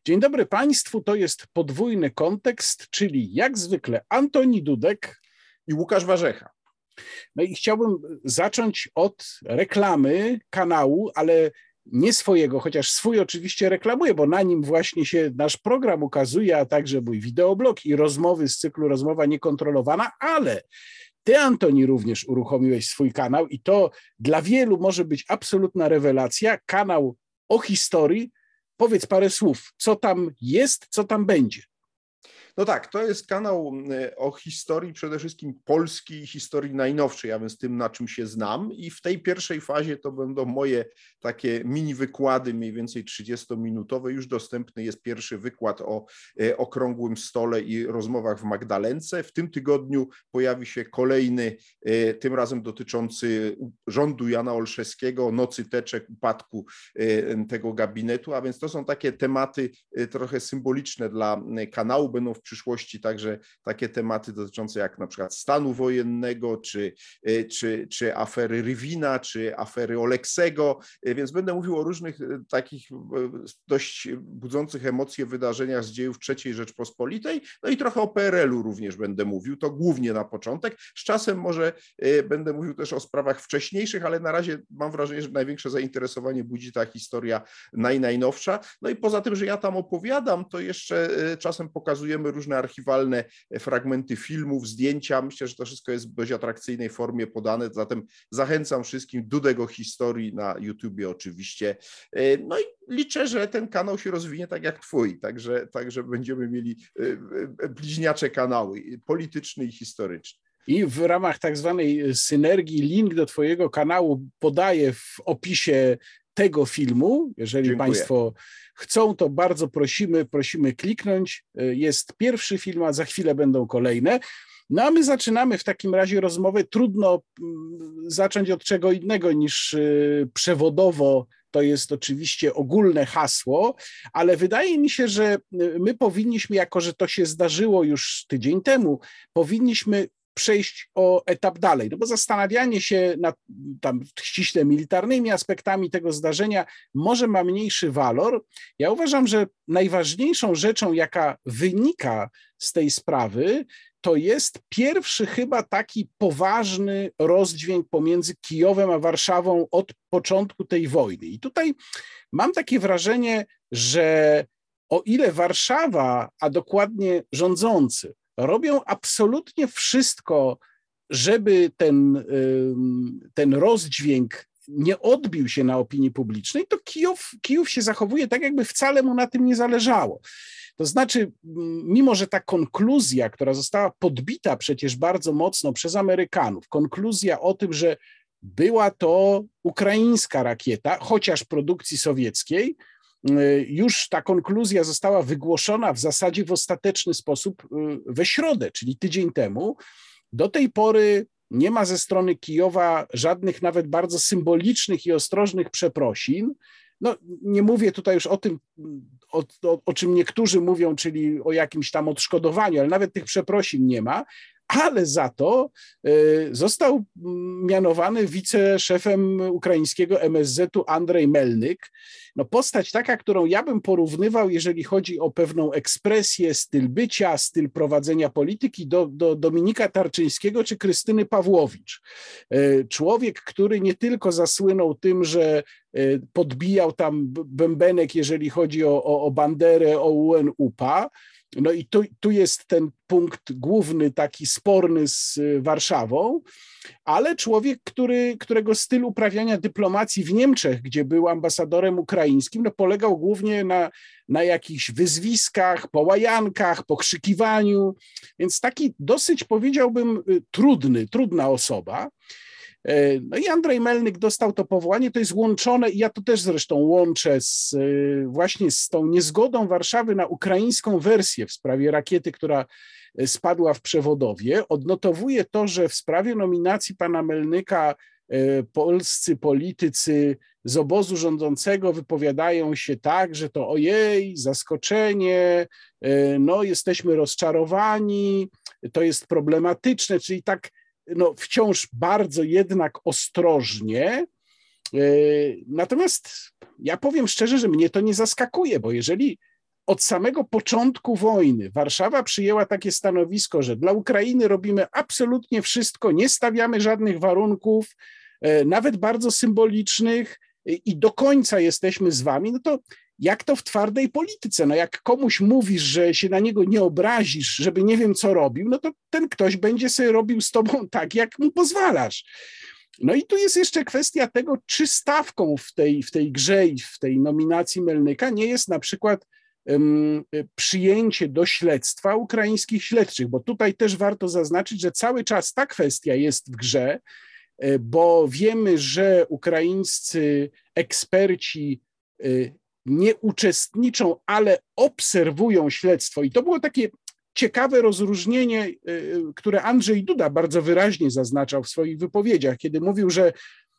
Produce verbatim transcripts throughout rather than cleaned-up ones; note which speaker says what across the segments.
Speaker 1: Dzień dobry Państwu, to jest podwójny kontekst, czyli jak zwykle Antoni Dudek
Speaker 2: i Łukasz Warzecha.
Speaker 1: No i chciałbym zacząć od reklamy kanału, ale nie swojego, chociaż swój oczywiście reklamuję, bo na nim właśnie się nasz program ukazuje, a także mój wideoblog i rozmowy z cyklu Rozmowa Niekontrolowana, ale ty, Antoni, również uruchomiłeś swój kanał i to dla wielu może być absolutna rewelacja, kanał o historii. Powiedz parę słów, co tam jest, co tam będzie.
Speaker 2: No tak, to jest kanał o historii, przede wszystkim polskiej historii najnowszej, a więc tym, na czym się znam, i w tej pierwszej fazie to będą moje takie mini wykłady, mniej więcej trzydziestominutowe. Już dostępny jest pierwszy wykład o okrągłym stole i rozmowach w Magdalence. W tym tygodniu pojawi się kolejny, tym razem dotyczący rządu Jana Olszewskiego, nocy teczek, upadku tego gabinetu, a więc to są takie tematy trochę symboliczne dla kanału. Będą w przyszłości także takie tematy dotyczące jak na przykład stanu wojennego, czy, czy, czy afery Rywina, czy afery Oleksego, więc będę mówił o różnych takich dość budzących emocje wydarzeniach z dziejów trzeciej Rzeczpospolitej, no i trochę o P R L-u również będę mówił, to głównie na początek. Z czasem może będę mówił też o sprawach wcześniejszych, ale na razie mam wrażenie, że największe zainteresowanie budzi ta historia naj, najnowsza. No i poza tym, że ja tam opowiadam, to jeszcze czasem pokazujemy różne archiwalne fragmenty filmów, zdjęcia. Myślę, że to wszystko jest w dość atrakcyjnej formie podane, zatem zachęcam wszystkim. Dudek o historii na YouTubie oczywiście. No i liczę, że ten kanał się rozwinie tak jak twój, także, także będziemy mieli bliźniacze kanały, polityczny i historyczny.
Speaker 1: I w ramach tak zwanej synergii link do twojego kanału podaję w opisie tego filmu. Jeżeli Dziękuję. Państwo chcą, to bardzo prosimy, prosimy kliknąć. Jest pierwszy film, a za chwilę będą kolejne. No a my zaczynamy w takim razie rozmowę. Trudno zacząć od czego innego niż przewodowo. To jest oczywiście ogólne hasło, ale wydaje mi się, że my powinniśmy, jako że to się zdarzyło już tydzień temu, powinniśmy przejść o etap dalej, no bo zastanawianie się nad tam ściśle militarnymi aspektami tego zdarzenia może ma mniejszy walor. Ja uważam, że najważniejszą rzeczą, jaka wynika z tej sprawy, to jest pierwszy chyba taki poważny rozdźwięk pomiędzy Kijowem a Warszawą od początku tej wojny. I tutaj mam takie wrażenie, że o ile Warszawa, a dokładnie rządzący, robią absolutnie wszystko, żeby ten, ten rozdźwięk nie odbił się na opinii publicznej, to Kijów, Kijów się zachowuje tak, jakby wcale mu na tym nie zależało. To znaczy, mimo że ta konkluzja, która została podbita przecież bardzo mocno przez Amerykanów, konkluzja o tym, że była to ukraińska rakieta, chociaż produkcji sowieckiej, już ta konkluzja została wygłoszona w zasadzie w ostateczny sposób we środę, czyli tydzień temu. Do tej pory nie ma ze strony Kijowa żadnych nawet bardzo symbolicznych i ostrożnych przeprosin. No, nie mówię tutaj już o tym, o, o, o czym niektórzy mówią, czyli o jakimś tam odszkodowaniu, ale nawet tych przeprosin nie ma. Ale za to został mianowany wiceszefem ukraińskiego M S Z-u Andrzej Melnyk. No postać taka, którą ja bym porównywał, jeżeli chodzi o pewną ekspresję, styl bycia, styl prowadzenia polityki, do, do Dominika Tarczyńskiego czy Krystyny Pawłowicz. Człowiek, który nie tylko zasłynął tym, że podbijał tam bębenek, jeżeli chodzi o, o, o Banderę, o U N U P A. No i tu, tu jest ten punkt główny, taki sporny z Warszawą, ale człowiek, który, którego styl uprawiania dyplomacji w Niemczech, gdzie był ambasadorem ukraińskim, no polegał głównie na, na jakichś wyzwiskach, połajankach, pokrzykiwaniu, więc taki dosyć, powiedziałbym, trudny, trudna osoba. No i Andrzej Melnyk dostał to powołanie, to jest łączone i ja to też zresztą łączę z, właśnie z tą niezgodą Warszawy na ukraińską wersję w sprawie rakiety, która spadła w Przewodowie. Odnotowuję to, że w sprawie nominacji pana Melnyka polscy politycy z obozu rządzącego wypowiadają się tak, że to ojej, zaskoczenie, no jesteśmy rozczarowani, to jest problematyczne, czyli tak no, wciąż bardzo jednak ostrożnie. Natomiast ja powiem szczerze, że mnie to nie zaskakuje, bo jeżeli od samego początku wojny Warszawa przyjęła takie stanowisko, że dla Ukrainy robimy absolutnie wszystko, nie stawiamy żadnych warunków, nawet bardzo symbolicznych i do końca jesteśmy z wami, no to jak to w twardej polityce? No jak komuś mówisz, że się na niego nie obrazisz, żeby nie wiem co robił, no to ten ktoś będzie sobie robił z tobą tak, jak mu pozwalasz. No i tu jest jeszcze kwestia tego, czy stawką w tej, w tej grze i w tej nominacji Melnyka nie jest na przykład um, przyjęcie do śledztwa ukraińskich śledczych, bo tutaj też warto zaznaczyć, że cały czas ta kwestia jest w grze, bo wiemy, że ukraińscy eksperci nie uczestniczą, ale obserwują śledztwo. I to było takie ciekawe rozróżnienie, które Andrzej Duda bardzo wyraźnie zaznaczał w swoich wypowiedziach, kiedy mówił, że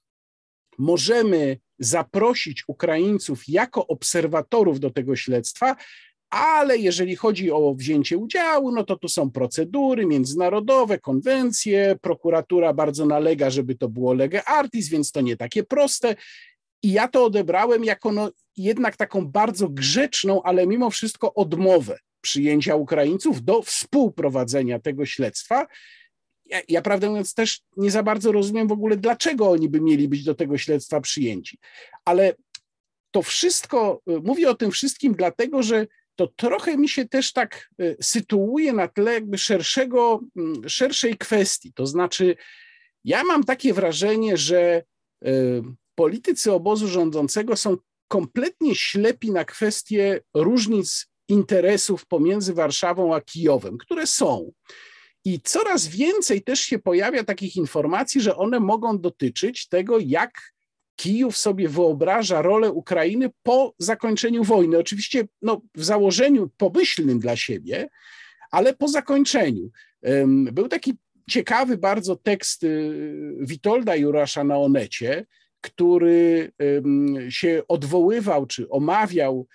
Speaker 1: możemy zaprosić Ukraińców jako obserwatorów do tego śledztwa, ale jeżeli chodzi o wzięcie udziału, no to tu są procedury międzynarodowe, konwencje, prokuratura bardzo nalega, żeby to było lege artis, więc to nie takie proste. I ja to odebrałem jako no jednak taką bardzo grzeczną, ale mimo wszystko odmowę przyjęcia Ukraińców do współprowadzenia tego śledztwa. Ja, ja prawdę mówiąc też nie za bardzo rozumiem w ogóle, dlaczego oni by mieli być do tego śledztwa przyjęci. Ale to wszystko, mówię o tym wszystkim dlatego, że to trochę mi się też tak sytuuje na tle jakby szerszego, szerszej kwestii. To znaczy, ja mam takie wrażenie, że politycy obozu rządzącego są kompletnie ślepi na kwestie różnic interesów pomiędzy Warszawą a Kijowem, które są. I coraz więcej też się pojawia takich informacji, że one mogą dotyczyć tego, jak Kijów sobie wyobraża rolę Ukrainy po zakończeniu wojny. Oczywiście no, w założeniu pomyślnym dla siebie, ale po zakończeniu. Był taki ciekawy bardzo tekst Witolda Jurasza na Onecie, który się odwoływał czy omawiał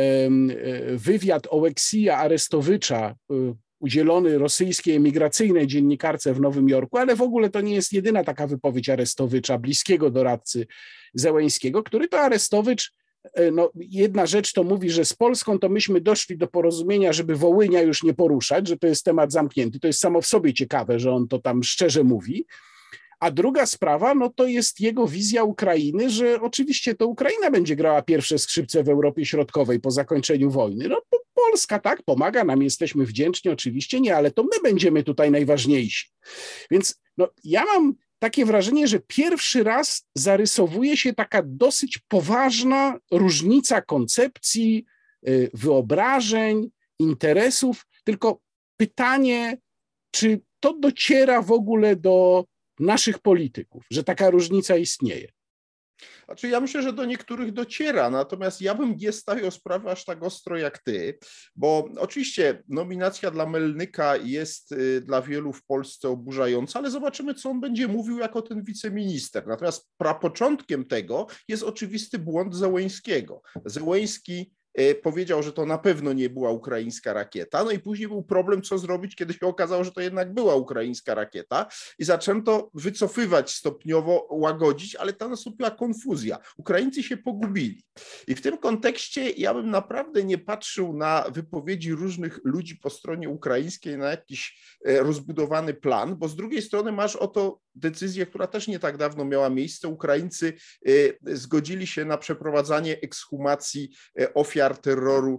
Speaker 1: wywiad Oleksija Arestowicza udzielony rosyjskiej emigracyjnej dziennikarce w Nowym Jorku, ale w ogóle to nie jest jedyna taka wypowiedź Arestowicza, bliskiego doradcy Zełenskiego, który to Arestowicz, no jedna rzecz to mówi, że z Polską to myśmy doszli do porozumienia, żeby Wołynia już nie poruszać, że to jest temat zamknięty. To jest samo w sobie ciekawe, że on to tam szczerze mówi. A druga sprawa, no to jest jego wizja Ukrainy, że oczywiście to Ukraina będzie grała pierwsze skrzypce w Europie Środkowej po zakończeniu wojny. No Polska tak pomaga nam, jesteśmy wdzięczni, oczywiście nie, ale to my będziemy tutaj najważniejsi. Więc no, ja mam takie wrażenie, że pierwszy raz zarysowuje się taka dosyć poważna różnica koncepcji, wyobrażeń, interesów, tylko pytanie, czy to dociera w ogóle do naszych polityków, że taka różnica istnieje.
Speaker 2: Znaczy ja myślę, że do niektórych dociera, natomiast ja bym nie stawiał sprawy aż tak ostro jak ty, bo oczywiście nominacja dla Melnyka jest dla wielu w Polsce oburzająca, ale zobaczymy, co on będzie mówił jako ten wiceminister. Natomiast prapoczątkiem tego jest oczywisty błąd Zełenskiego. Zełenski powiedział, że to na pewno nie była ukraińska rakieta, no i później był problem, co zrobić, kiedy się okazało, że to jednak była ukraińska rakieta i zaczęto wycofywać stopniowo, łagodzić, ale tam nastąpiła konfuzja. Ukraińcy się pogubili. I w tym kontekście ja bym naprawdę nie patrzył na wypowiedzi różnych ludzi po stronie ukraińskiej, na jakiś rozbudowany plan, bo z drugiej strony masz oto decyzję, która też nie tak dawno miała miejsce. Ukraińcy zgodzili się na przeprowadzanie ekshumacji ofiar terroru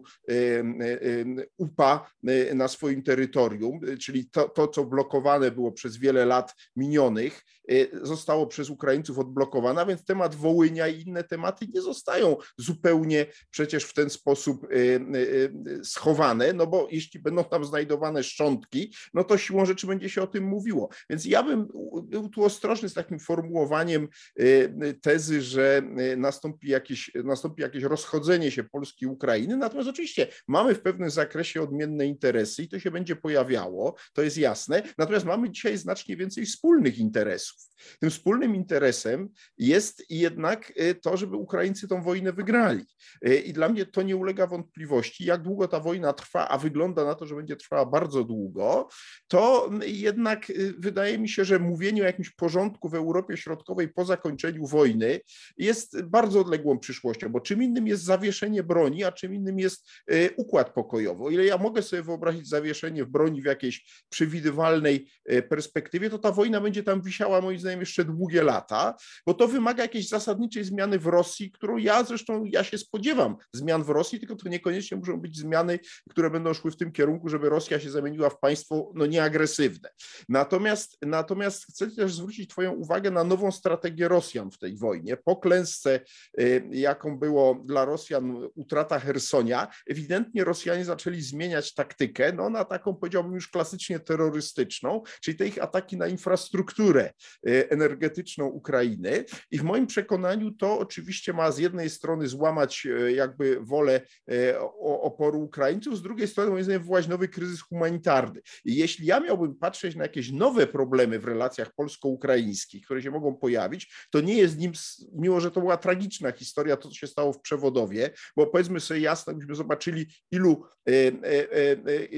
Speaker 2: U P A na swoim terytorium, czyli to, to, co blokowane było przez wiele lat minionych, zostało przez Ukraińców odblokowane, a więc temat Wołynia i inne tematy nie zostają zupełnie przecież w ten sposób schowane, no bo jeśli będą tam znajdowane szczątki, no to siłą rzeczy będzie się o tym mówiło. Więc ja bym był tu ostrożny z takim formułowaniem tezy, że nastąpi jakieś, nastąpi jakieś rozchodzenie się Polski i Ukrainy, natomiast oczywiście mamy w pewnym zakresie odmienne interesy i to się będzie pojawiało, to jest jasne, natomiast mamy dzisiaj znacznie więcej wspólnych interesów. Tym wspólnym interesem jest jednak to, żeby Ukraińcy tą wojnę wygrali. I dla mnie to nie ulega wątpliwości. Jak długo ta wojna trwa, a wygląda na to, że będzie trwała bardzo długo, to jednak wydaje mi się, że mówienie o jakimś porządku w Europie Środkowej po zakończeniu wojny jest bardzo odległą przyszłością, bo czym innym jest zawieszenie broni, wojnie, a czym innym jest układ pokojowy. O ile ja mogę sobie wyobrazić zawieszenie w broni w jakiejś przewidywalnej perspektywie, to ta wojna będzie tam wisiała moim zdaniem jeszcze długie lata, bo to wymaga jakiejś zasadniczej zmiany w Rosji, którą ja zresztą, ja się spodziewam zmian w Rosji, tylko to niekoniecznie muszą być zmiany, które będą szły w tym kierunku, żeby Rosja się zamieniła w państwo no, nieagresywne. Natomiast, natomiast chcę też zwrócić twoją uwagę na nową strategię Rosjan w tej wojnie. Po klęsce, jaką było dla Rosjan utrata Chersonia, ewidentnie Rosjanie zaczęli zmieniać taktykę, no na taką, powiedziałbym, już klasycznie terrorystyczną, czyli te ich ataki na infrastrukturę energetyczną Ukrainy. I w moim przekonaniu to oczywiście ma z jednej strony złamać jakby wolę oporu Ukraińców, z drugiej strony moim zdaniem wywołać nowy kryzys humanitarny. I jeśli ja miałbym patrzeć na jakieś nowe problemy w relacjach polsko-ukraińskich, które się mogą pojawić, to nie jest nim, mimo że to była tragiczna historia, to co się stało w Przewodowie, bo powiedzmy sobie jasno, byśmy zobaczyli, ilu e, e, e,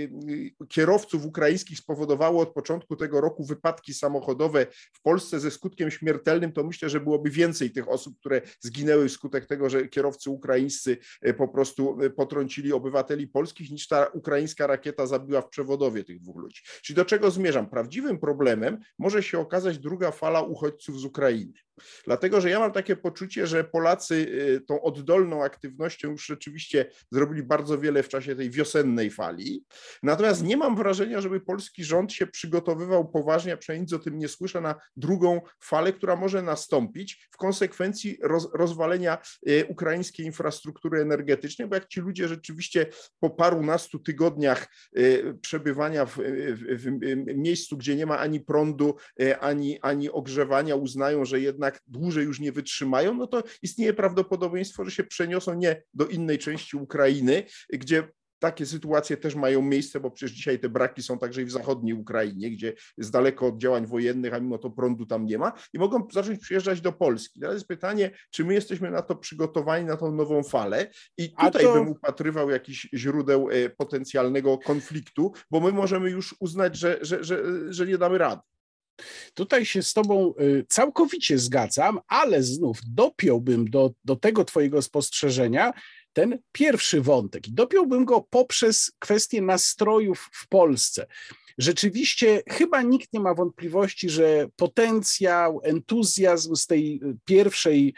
Speaker 2: kierowców ukraińskich spowodowało od początku tego roku wypadki samochodowe w Polsce ze skutkiem śmiertelnym, to myślę, że byłoby więcej tych osób, które zginęły wskutek tego, że kierowcy ukraińscy po prostu potrącili obywateli polskich, niż ta ukraińska rakieta zabiła w Przewodowie tych dwóch ludzi. Czyli do czego zmierzam? Prawdziwym problemem może się okazać druga fala uchodźców z Ukrainy. Dlatego, że ja mam takie poczucie, że Polacy tą oddolną aktywnością już rzeczywiście zrobili bardzo wiele w czasie tej wiosennej fali. Natomiast nie mam wrażenia, żeby polski rząd się przygotowywał poważnie, a przynajmniej nic o tym nie słyszę, na drugą falę, która może nastąpić w konsekwencji roz, rozwalenia ukraińskiej infrastruktury energetycznej, bo jak ci ludzie rzeczywiście po parunastu tygodniach przebywania w, w, w miejscu, gdzie nie ma ani prądu, ani, ani ogrzewania, uznają, że jednak dłużej już nie wytrzymają, no to istnieje prawdopodobieństwo, że się przeniosą nie do innej części Ukrainy, gdzie takie sytuacje też mają miejsce, bo przecież dzisiaj te braki są także i w zachodniej Ukrainie, gdzie jest daleko od działań wojennych, a mimo to prądu tam nie ma i mogą zacząć przyjeżdżać do Polski. Teraz jest pytanie, czy my jesteśmy na to przygotowani, na tą nową falę i tutaj to... bym upatrywał jakichś źródeł potencjalnego konfliktu, bo my możemy już uznać, że, że, że, że nie damy rady.
Speaker 1: Tutaj się z tobą całkowicie zgadzam, ale znów dopiąłbym do, do tego twojego spostrzeżenia ten pierwszy wątek i dopiąłbym go poprzez kwestię nastrojów w Polsce. Rzeczywiście chyba nikt nie ma wątpliwości, że potencjał, entuzjazm z tej pierwszej,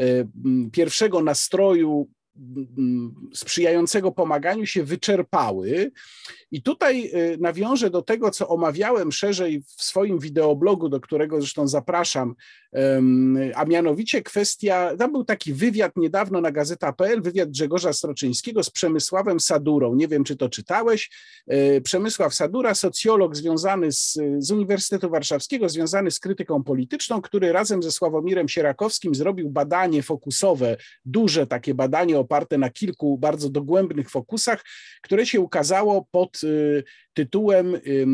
Speaker 1: pierwszego nastroju sprzyjającego pomaganiu się wyczerpały. I tutaj nawiążę do tego, co omawiałem szerzej w swoim wideoblogu, do którego zresztą zapraszam, a mianowicie kwestia, tam był taki wywiad niedawno na gazeta kropka pe el, wywiad Grzegorza Stroczyńskiego z Przemysławem Sadurą. Nie wiem, czy to czytałeś. Przemysław Sadura, socjolog związany z, z Uniwersytetu Warszawskiego, związany z krytyką polityczną, który razem ze Sławomirem Sierakowskim zrobił badanie fokusowe, duże takie badanie oparte na kilku bardzo dogłębnych fokusach, które się ukazało pod y, tytułem y,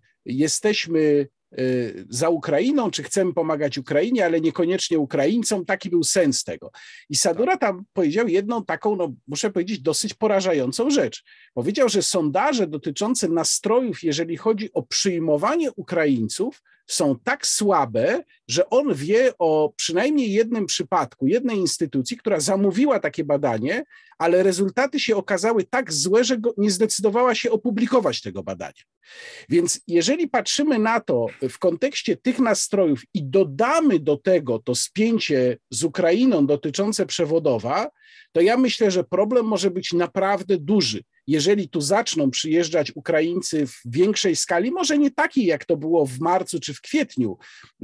Speaker 1: Jesteśmy za Ukrainą, czy chcemy pomagać Ukrainie, ale niekoniecznie Ukraińcom. Taki był sens tego. I Sadura tam powiedział jedną taką, no muszę powiedzieć, dosyć porażającą rzecz. Powiedział, że sondaże dotyczące nastrojów, jeżeli chodzi o przyjmowanie Ukraińców, są tak słabe, że on wie o przynajmniej jednym przypadku, jednej instytucji, która zamówiła takie badanie, ale rezultaty się okazały tak złe, że go nie zdecydowała się opublikować tego badania. Więc jeżeli patrzymy na to w kontekście tych nastrojów i dodamy do tego to spięcie z Ukrainą dotyczące Przewodowa, to ja myślę, że problem może być naprawdę duży. Jeżeli tu zaczną przyjeżdżać Ukraińcy w większej skali, może nie takiej, jak to było w marcu czy w kwietniu,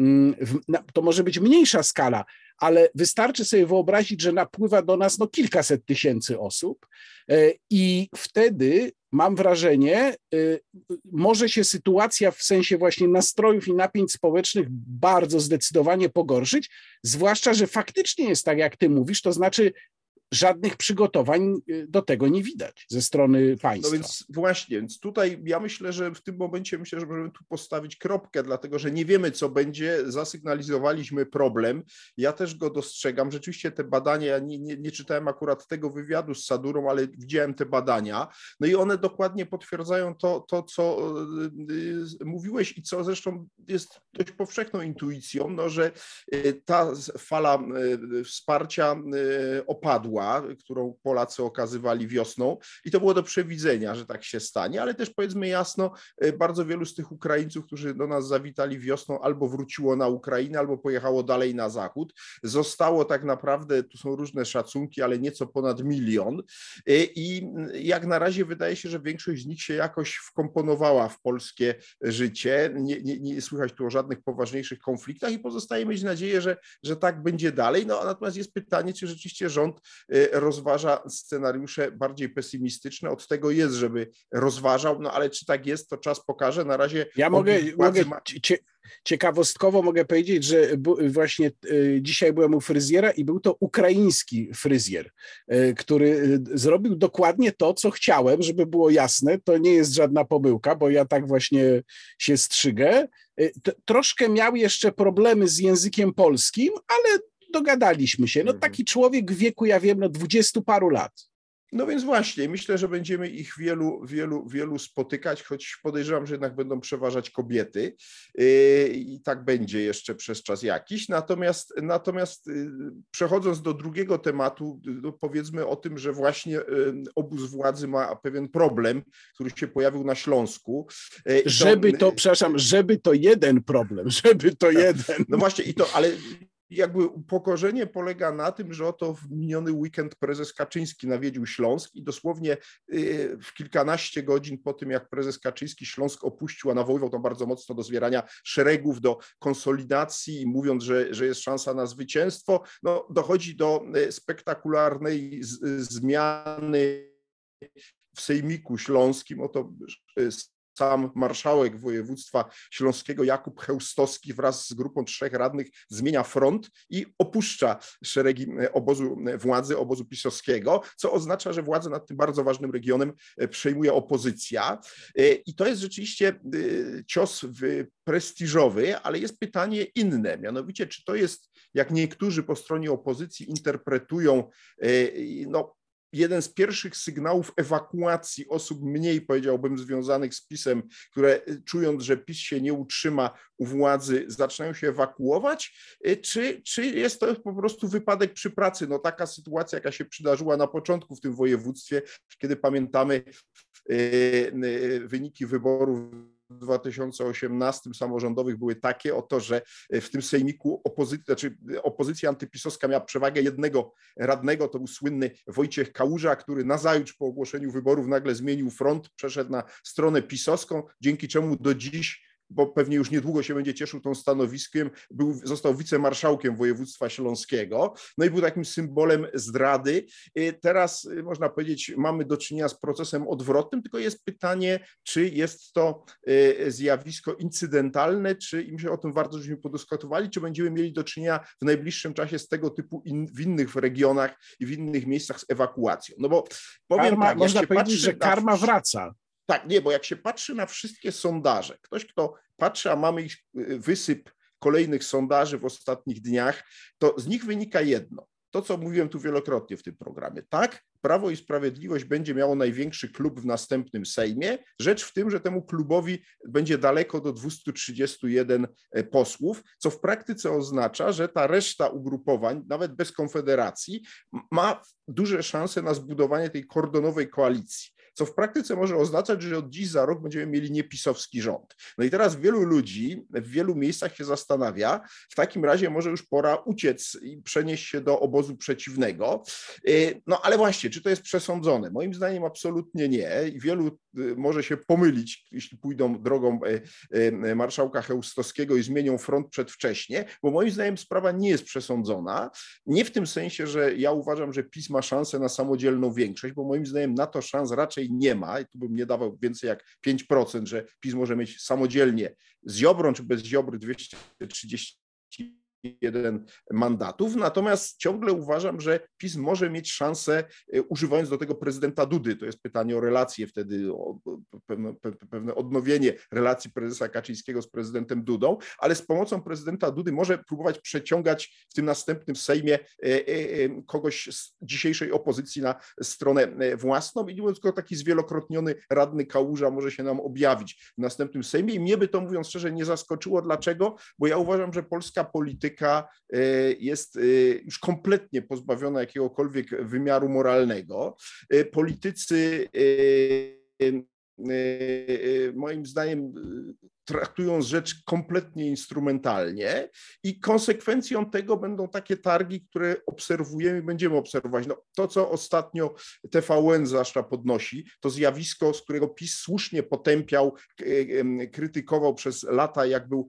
Speaker 1: to może być mniejsza skala, ale wystarczy sobie wyobrazić, że napływa do nas no kilkaset tysięcy osób i wtedy mam wrażenie, może się sytuacja w sensie właśnie nastrojów i napięć społecznych bardzo zdecydowanie pogorszyć, zwłaszcza, że faktycznie jest tak, jak ty mówisz, to znaczy żadnych przygotowań do tego nie widać ze strony państwa.
Speaker 2: No więc właśnie, więc tutaj ja myślę, że w tym momencie myślę, że możemy tu postawić kropkę, dlatego że nie wiemy, co będzie. Zasygnalizowaliśmy problem. Ja też go dostrzegam. Rzeczywiście te badania, ja nie, nie, nie czytałem akurat tego wywiadu z Sadurą, ale widziałem te badania. No i one dokładnie potwierdzają to, to co y, mówiłeś i co zresztą jest dość powszechną intuicją, no, że y, ta fala y, wsparcia y, opadła. padła, którą Polacy okazywali wiosną i to było do przewidzenia, że tak się stanie, ale też powiedzmy jasno, bardzo wielu z tych Ukraińców, którzy do nas zawitali wiosną, albo wróciło na Ukrainę, albo pojechało dalej na zachód. Zostało tak naprawdę, tu są różne szacunki, ale nieco ponad milion i jak na razie wydaje się, że większość z nich się jakoś wkomponowała w polskie życie. Nie, nie, nie słychać tu o żadnych poważniejszych konfliktach i pozostaje mieć nadzieję, że, że tak będzie dalej. No, natomiast jest pytanie, czy rzeczywiście rząd rozważa scenariusze bardziej pesymistyczne. Od tego jest, żeby rozważał, no ale czy tak jest, to czas pokaże. Na razie
Speaker 1: ja mogę, mogę ma... cie, ciekawostkowo mogę powiedzieć, że właśnie dzisiaj byłem u fryzjera i był to ukraiński fryzjer, który zrobił dokładnie to, co chciałem, żeby było jasne. To nie jest żadna pomyłka, bo ja tak właśnie się strzygę. Troszkę miał jeszcze problemy z językiem polskim, ale dogadaliśmy się. No taki człowiek w wieku, ja wiem, no dwudziestu paru lat.
Speaker 2: No więc właśnie, myślę, że będziemy ich wielu, wielu, wielu spotykać, choć podejrzewam, że jednak będą przeważać kobiety i tak będzie jeszcze przez czas jakiś. Natomiast, natomiast przechodząc do drugiego tematu, no powiedzmy o tym, że właśnie obóz władzy ma pewien problem, który się pojawił na Śląsku.
Speaker 1: I żeby to, to, przepraszam, żeby to jeden problem, żeby to jeden.
Speaker 2: No właśnie, i to, ale jakby upokorzenie polega na tym, że oto w miniony weekend prezes Kaczyński nawiedził Śląsk i dosłownie w kilkanaście godzin po tym, jak prezes Kaczyński Śląsk opuścił, a nawoływał tam bardzo mocno do zbierania szeregów, do konsolidacji i mówiąc, że, że jest szansa na zwycięstwo, no, dochodzi do spektakularnej z, zmiany w Sejmiku Śląskim. Oto sam marszałek województwa śląskiego Jakub Chełstowski wraz z grupą trzech radnych zmienia front i opuszcza szeregi obozu władzy, obozu pisowskiego, co oznacza, że władzę nad tym bardzo ważnym regionem przejmuje opozycja. I to jest rzeczywiście cios prestiżowy, ale jest pytanie inne, mianowicie czy to jest, jak niektórzy po stronie opozycji interpretują, no, jeden z pierwszych sygnałów ewakuacji osób mniej, powiedziałbym, związanych z PiS-em, które czując, że PiS się nie utrzyma u władzy, zaczynają się ewakuować, czy, czy jest to po prostu wypadek przy pracy? No taka sytuacja, jaka się przydarzyła na początku w tym województwie, kiedy pamiętamy wyniki wyborów w dwa tysiące osiemnastym samorządowych były takie oto, że w tym sejmiku opozycja, znaczy opozycja antypisowska miała przewagę jednego radnego, to był słynny Wojciech Kałuża, który nazajutrz po ogłoszeniu wyborów nagle zmienił front, przeszedł na stronę pisowską, dzięki czemu do dziś, bo pewnie już niedługo się będzie cieszył tą stanowiskiem, był, został wicemarszałkiem województwa śląskiego, no i był takim symbolem zdrady. Teraz można powiedzieć, mamy do czynienia z procesem odwrotnym, tylko jest pytanie, czy jest to zjawisko incydentalne, czy im się o tym warto, żebyśmy podyskutowali, czy będziemy mieli do czynienia w najbliższym czasie z tego typu in, w innych regionach i w innych miejscach z ewakuacją. No bo powiem
Speaker 1: karma,
Speaker 2: tak,
Speaker 1: można
Speaker 2: jak się
Speaker 1: powiedzieć,
Speaker 2: patrzy
Speaker 1: że karma
Speaker 2: na...
Speaker 1: wraca.
Speaker 2: Tak, nie, bo jak się patrzy na wszystkie sondaże, ktoś, kto patrzy, a mamy ich wysyp kolejnych sondaży w ostatnich dniach, to z nich wynika jedno. To, co mówiłem tu wielokrotnie w tym programie. Tak, Prawo i Sprawiedliwość będzie miało największy klub w następnym Sejmie. Rzecz w tym, że temu klubowi będzie daleko do dwustu trzydziestu jeden posłów, co w praktyce oznacza, że ta reszta ugrupowań, nawet bez Konfederacji, ma duże szanse na zbudowanie tej kordonowej koalicji. Co w praktyce może oznaczać, że od dziś za rok będziemy mieli niepisowski rząd. No i teraz wielu ludzi w wielu miejscach się zastanawia, w takim razie może już pora uciec i przenieść się do obozu przeciwnego. No ale właśnie, czy to jest przesądzone? Moim zdaniem absolutnie nie i wielu może się pomylić, jeśli pójdą drogą marszałka Chełstowskiego i zmienią front przedwcześnie, bo moim zdaniem sprawa nie jest przesądzona. Nie w tym sensie, że ja uważam, że PiS ma szansę na samodzielną większość, bo moim zdaniem na to szans raczej nie ma i tu bym nie dawał więcej jak pięć procent, że PiS może mieć samodzielnie z Ziobrą czy bez Ziobry dwieście trzydzieści jeden mandatów, natomiast ciągle uważam, że PiS może mieć szansę, używając do tego prezydenta Dudy, to jest pytanie o relacje wtedy, o pewne, pewne odnowienie relacji prezesa Kaczyńskiego z prezydentem Dudą, ale z pomocą prezydenta Dudy może próbować przeciągać w tym następnym Sejmie kogoś z dzisiejszej opozycji na stronę własną i tylko taki zwielokrotniony radny Kałuża może się nam objawić w następnym Sejmie i mnie by to, mówiąc szczerze, nie zaskoczyło. Dlaczego? Bo ja uważam, że polska polityka człowieka jest już kompletnie pozbawiona jakiegokolwiek wymiaru moralnego. Politycy moim zdaniem traktują rzecz kompletnie instrumentalnie i konsekwencją tego będą takie targi, które obserwujemy i będziemy obserwować. No, to, co ostatnio T V N zwłaszcza podnosi, to zjawisko, z którego PiS słusznie potępiał, krytykował przez lata, jak był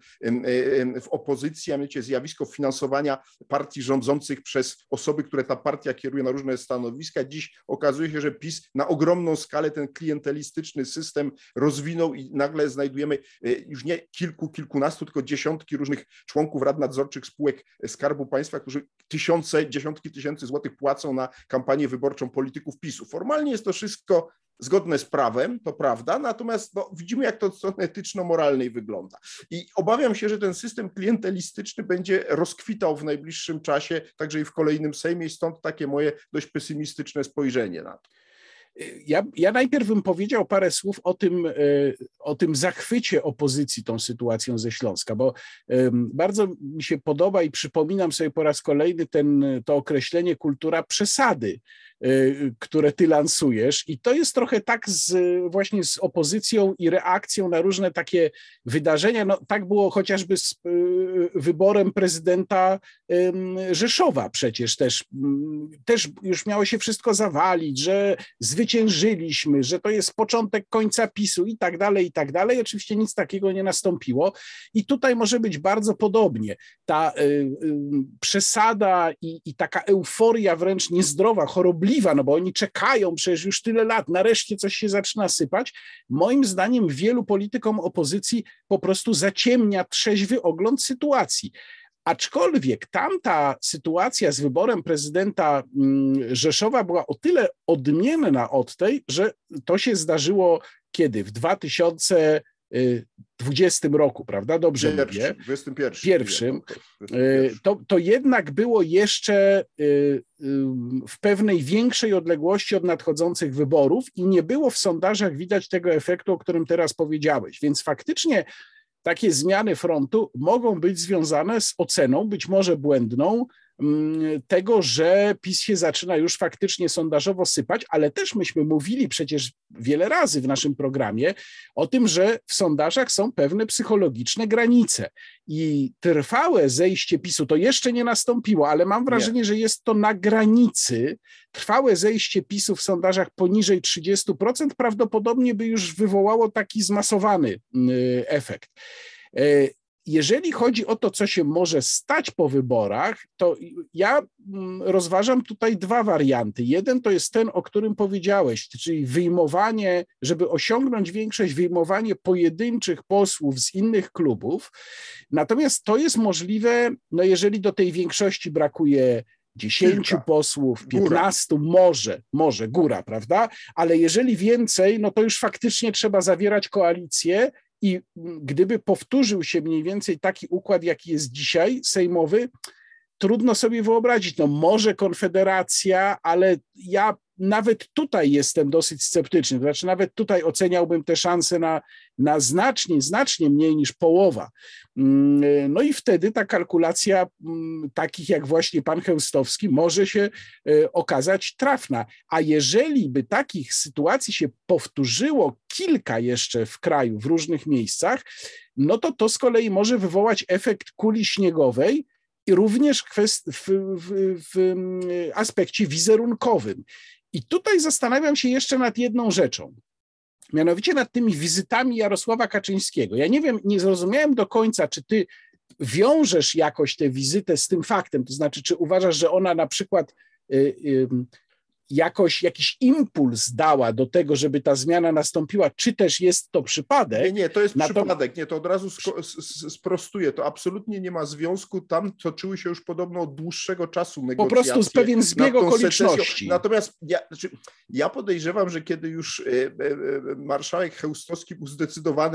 Speaker 2: w opozycji, a mianowicie zjawisko finansowania partii rządzących przez osoby, które ta partia kieruje na różne stanowiska. Dziś okazuje się, że PiS na ogromną skalę ten klientelistyczny system rozwinął i nagle znajdujemy już nie kilku, kilkunastu, tylko dziesiątki różnych członków rad nadzorczych spółek Skarbu Państwa, którzy tysiące, dziesiątki tysięcy złotych płacą na kampanię wyborczą polityków PiSu. Formalnie jest to wszystko zgodne z prawem, to prawda, natomiast no, widzimy, jak to od strony etyczno-moralnej wygląda. I obawiam się, że ten system klientelistyczny będzie rozkwitał w najbliższym czasie, także i w kolejnym Sejmie, i stąd takie moje dość pesymistyczne spojrzenie na to.
Speaker 1: Ja, ja najpierw bym powiedział parę słów o tym, o tym zachwycie opozycji tą sytuacją ze Śląska, bo bardzo mi się podoba i przypominam sobie po raz kolejny ten, to określenie kultura przesady, które ty lansujesz, i to jest trochę tak z, właśnie z opozycją i reakcją na różne takie wydarzenia. No, tak było chociażby z wyborem prezydenta Rzeszowa przecież też, też już miało się wszystko zawalić, że zwyciężyliśmy, że to jest początek końca PiSu i tak dalej, i tak dalej. Oczywiście nic takiego nie nastąpiło i tutaj może być bardzo podobnie. Ta y, y, przesada i, i taka euforia wręcz niezdrowa, chorobliwa, no bo oni czekają przecież już tyle lat, nareszcie coś się zaczyna sypać. Moim zdaniem wielu politykom opozycji po prostu zaciemnia trzeźwy ogląd sytuacji. Aczkolwiek tamta sytuacja z wyborem prezydenta Rzeszowa była o tyle odmienna od tej, że to się zdarzyło kiedy? W dwa tysiące dwudziestym roku, prawda? Dobrze
Speaker 2: Pierwszy,
Speaker 1: mówię.
Speaker 2: dwudziestym pierwszym.
Speaker 1: Pierwszym. To, to jednak było jeszcze w pewnej większej odległości od nadchodzących wyborów i nie było w sondażach widać tego efektu, o którym teraz powiedziałeś. Więc faktycznie takie zmiany frontu mogą być związane z oceną, być może błędną, tego, że PiS się zaczyna już faktycznie sondażowo sypać, ale też myśmy mówili przecież wiele razy w naszym programie o tym, że w sondażach są pewne psychologiczne granice i trwałe zejście PiSu to jeszcze nie nastąpiło, ale mam wrażenie, nie. że jest to na granicy. Trwałe zejście PiSu w sondażach poniżej trzydziestu procent prawdopodobnie by już wywołało taki zmasowany efekt. Jeżeli chodzi o to, co się może stać po wyborach, to ja rozważam tutaj dwa warianty. Jeden to jest ten, o którym powiedziałeś, czyli wyjmowanie, żeby osiągnąć większość, wyjmowanie pojedynczych posłów z innych klubów. Natomiast to jest możliwe, no jeżeli do tej większości brakuje dziesięciu Kilka. posłów, piętnastu, góra. może, może góra, prawda? Ale jeżeli więcej, no to już faktycznie trzeba zawierać koalicję. I gdyby powtórzył się mniej więcej taki układ, jaki jest dzisiaj, sejmowy, trudno sobie wyobrazić, no może Konfederacja, ale ja nawet tutaj jestem dosyć sceptyczny, to znaczy nawet tutaj oceniałbym te szanse na, na znacznie, znacznie mniej niż połowa. No i wtedy ta kalkulacja takich jak właśnie pan Chełstowski może się okazać trafna. A jeżeli by takich sytuacji się powtórzyło kilka jeszcze w kraju, w różnych miejscach, no to to z kolei może wywołać efekt kuli śniegowej, i również kwest- w, w, w aspekcie wizerunkowym. I tutaj zastanawiam się jeszcze nad jedną rzeczą, mianowicie nad tymi wizytami Jarosława Kaczyńskiego. Ja nie wiem, nie zrozumiałem do końca, czy ty wiążesz jakoś tę wizytę z tym faktem, to znaczy, czy uważasz, że ona na przykład y, y, jakoś jakiś impuls dała do tego, żeby ta zmiana nastąpiła, czy też jest to przypadek?
Speaker 2: Nie, nie, to jest Natom... przypadek, nie, to od razu sprostuję, to absolutnie nie ma związku, tam toczyły się już podobno od dłuższego czasu negocjacje.
Speaker 1: Po prostu z pewien zbieg okoliczności.
Speaker 2: Natomiast ja, znaczy, ja podejrzewam, że kiedy już marszałek Chełstowski był zdecydowany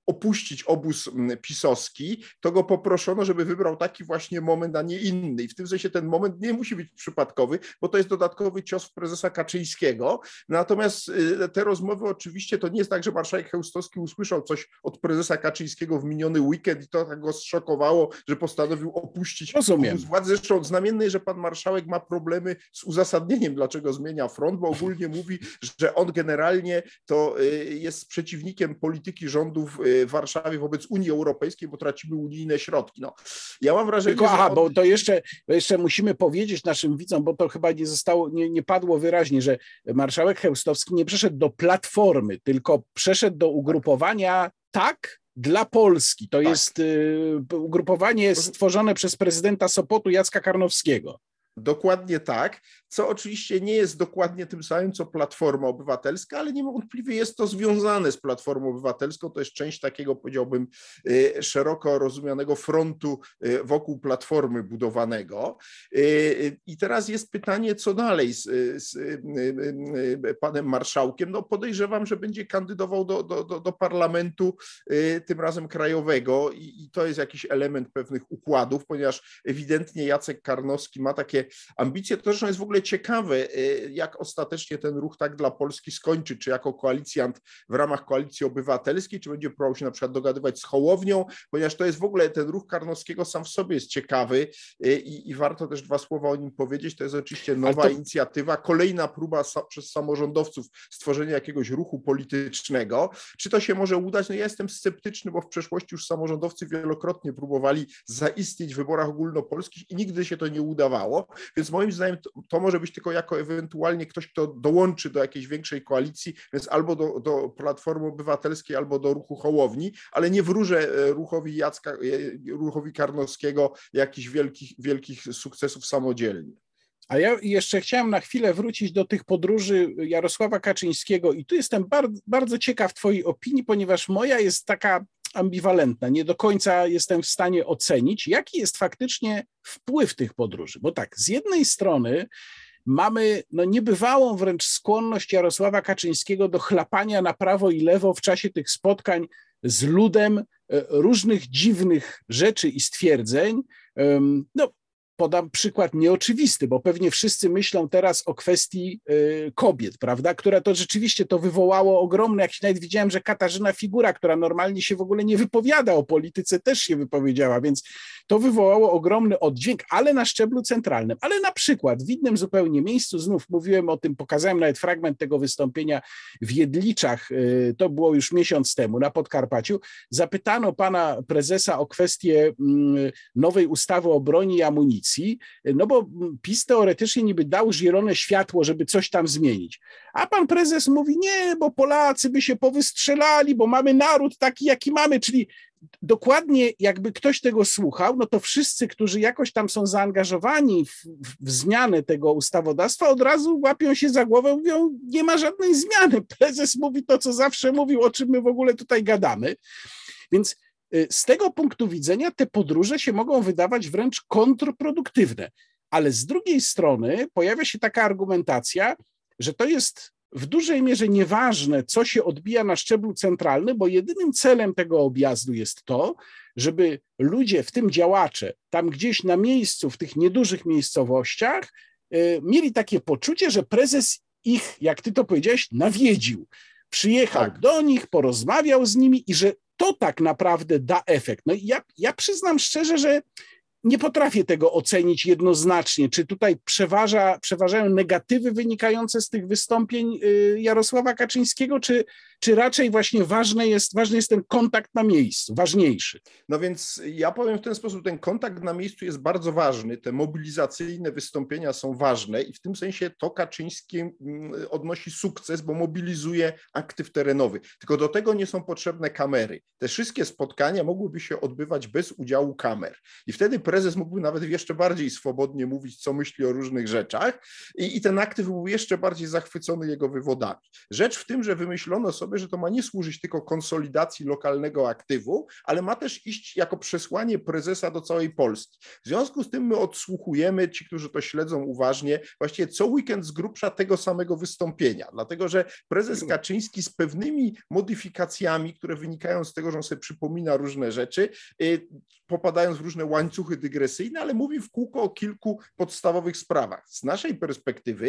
Speaker 2: opuścić obóz pisowski, to go poproszono, żeby wybrał taki właśnie moment, a nie inny. I w tym sensie ten moment nie musi być przypadkowy, bo to jest dodatkowy cios w prezesa Kaczyńskiego. Natomiast te rozmowy oczywiście to nie jest tak, że marszałek Chełstowski usłyszał coś od prezesa Kaczyńskiego w miniony weekend i to tak go zszokowało, że postanowił opuścić obóz władzy. Zresztą znamienne, że pan marszałek ma problemy z uzasadnieniem, dlaczego zmienia front, bo ogólnie mówi, że on generalnie to jest przeciwnikiem polityki rządów w Warszawie wobec Unii Europejskiej, bo tracimy unijne środki. No, ja mam wrażenie,
Speaker 1: Tylko, aha,
Speaker 2: on...
Speaker 1: bo to jeszcze, jeszcze musimy powiedzieć naszym widzom, bo to chyba nie zostało, nie, nie padło wyraźnie, że marszałek Chełstowski nie przeszedł do Platformy, tylko przeszedł do ugrupowania tak dla Polski. To tak. jest y, ugrupowanie stworzone przez prezydenta Sopotu Jacka Karnowskiego.
Speaker 2: Dokładnie tak, co oczywiście nie jest dokładnie tym samym, co Platforma Obywatelska, ale niewątpliwie jest to związane z Platformą Obywatelską. To jest część takiego, powiedziałbym, szeroko rozumianego frontu wokół Platformy budowanego. I teraz jest pytanie, co dalej z, z panem marszałkiem. No podejrzewam, że będzie kandydował do, do, do, do parlamentu, tym razem krajowego i, i to jest jakiś element pewnych układów, ponieważ ewidentnie Jacek Karnowski ma takie ambicje. To zresztą jest w ogóle ciekawe, jak ostatecznie ten ruch Tak dla Polski skończy, czy jako koalicjant w ramach Koalicji Obywatelskiej, czy będzie próbował się na przykład dogadywać z Hołownią, ponieważ to jest w ogóle, ten ruch Karnowskiego sam w sobie jest ciekawy i, i warto też dwa słowa o nim powiedzieć. To jest oczywiście nowa to... inicjatywa, kolejna próba sa, przez samorządowców stworzenia jakiegoś ruchu politycznego. Czy to się może udać? No ja jestem sceptyczny, bo w przeszłości już samorządowcy wielokrotnie próbowali zaistnieć w wyborach ogólnopolskich i nigdy się to nie udawało. Więc moim zdaniem to, to może być tylko jako ewentualnie ktoś, kto dołączy do jakiejś większej koalicji, więc albo do, do Platformy Obywatelskiej, albo do ruchu Hołowni, ale nie wróżę ruchowi Jacka, ruchowi Karnowskiego jakichś wielkich, wielkich sukcesów samodzielnie.
Speaker 1: A ja jeszcze chciałem na chwilę wrócić do tych podróży Jarosława Kaczyńskiego i tu jestem bardzo, bardzo ciekaw twojej opinii, ponieważ moja jest taka ambiwalentna. Nie do końca jestem w stanie ocenić, jaki jest faktycznie wpływ tych podróży. Bo tak, z jednej strony mamy no, niebywałą wręcz skłonność Jarosława Kaczyńskiego do chlapania na prawo i lewo w czasie tych spotkań z ludem różnych dziwnych rzeczy i stwierdzeń. No, podam przykład nieoczywisty, bo pewnie wszyscy myślą teraz o kwestii y, kobiet, prawda, która to rzeczywiście to wywołało ogromne, jak się nawet widziałem, że Katarzyna Figura, która normalnie się w ogóle nie wypowiada o polityce, też się wypowiedziała, więc to wywołało ogromny oddźwięk, ale na szczeblu centralnym. Ale na przykład w innym zupełnie miejscu, znów mówiłem o tym, pokazałem nawet fragment tego wystąpienia w Jedliczach, y, to było już miesiąc temu na Podkarpaciu, zapytano pana prezesa o kwestię y, nowej ustawy o broni i amunicji, no bo PiS teoretycznie niby dał zielone światło, żeby coś tam zmienić. A pan prezes mówi, nie, bo Polacy by się powystrzelali, bo mamy naród taki, jaki mamy, czyli dokładnie jakby ktoś tego słuchał, no to wszyscy, którzy jakoś tam są zaangażowani w, w zmianę tego ustawodawstwa, od razu łapią się za głowę, mówią, nie ma żadnej zmiany. Prezes mówi to, co zawsze mówił, o czym my w ogóle tutaj gadamy. Więc z tego punktu widzenia te podróże się mogą wydawać wręcz kontrproduktywne, ale z drugiej strony pojawia się taka argumentacja, że to jest w dużej mierze nieważne, co się odbija na szczeblu centralnym, bo jedynym celem tego objazdu jest to, żeby ludzie, w tym działacze, tam gdzieś na miejscu, w tych niedużych miejscowościach, y, mieli takie poczucie, że prezes ich, jak ty to powiedziałeś, nawiedził. Przyjechał tak. do nich, porozmawiał z nimi i że to tak naprawdę da efekt. No i ja, ja przyznam szczerze, że nie potrafię tego ocenić jednoznacznie, czy tutaj przeważa, przeważają negatywy wynikające z tych wystąpień Jarosława Kaczyńskiego, czy, czy raczej właśnie ważny jest, ważny jest ten kontakt na miejscu, ważniejszy.
Speaker 2: No więc ja powiem w ten sposób, ten kontakt na miejscu jest bardzo ważny, te mobilizacyjne wystąpienia są ważne i w tym sensie to Kaczyński odnosi sukces, bo mobilizuje aktyw terenowy. Tylko do tego nie są potrzebne kamery. Te wszystkie spotkania mogłyby się odbywać bez udziału kamer i wtedy prezes prezes mógłby nawet jeszcze bardziej swobodnie mówić, co myśli o różnych rzeczach i, i ten aktyw był jeszcze bardziej zachwycony jego wywodami. Rzecz w tym, że wymyślono sobie, że to ma nie służyć tylko konsolidacji lokalnego aktywu, ale ma też iść jako przesłanie prezesa do całej Polski. W związku z tym my odsłuchujemy, ci, którzy to śledzą uważnie, właściwie co weekend z grubsza tego samego wystąpienia, dlatego że prezes Kaczyński z pewnymi modyfikacjami, które wynikają z tego, że on sobie przypomina różne rzeczy, popadając w różne łańcuchy dygresyjne, ale mówi w kółko o kilku podstawowych sprawach. Z naszej perspektywy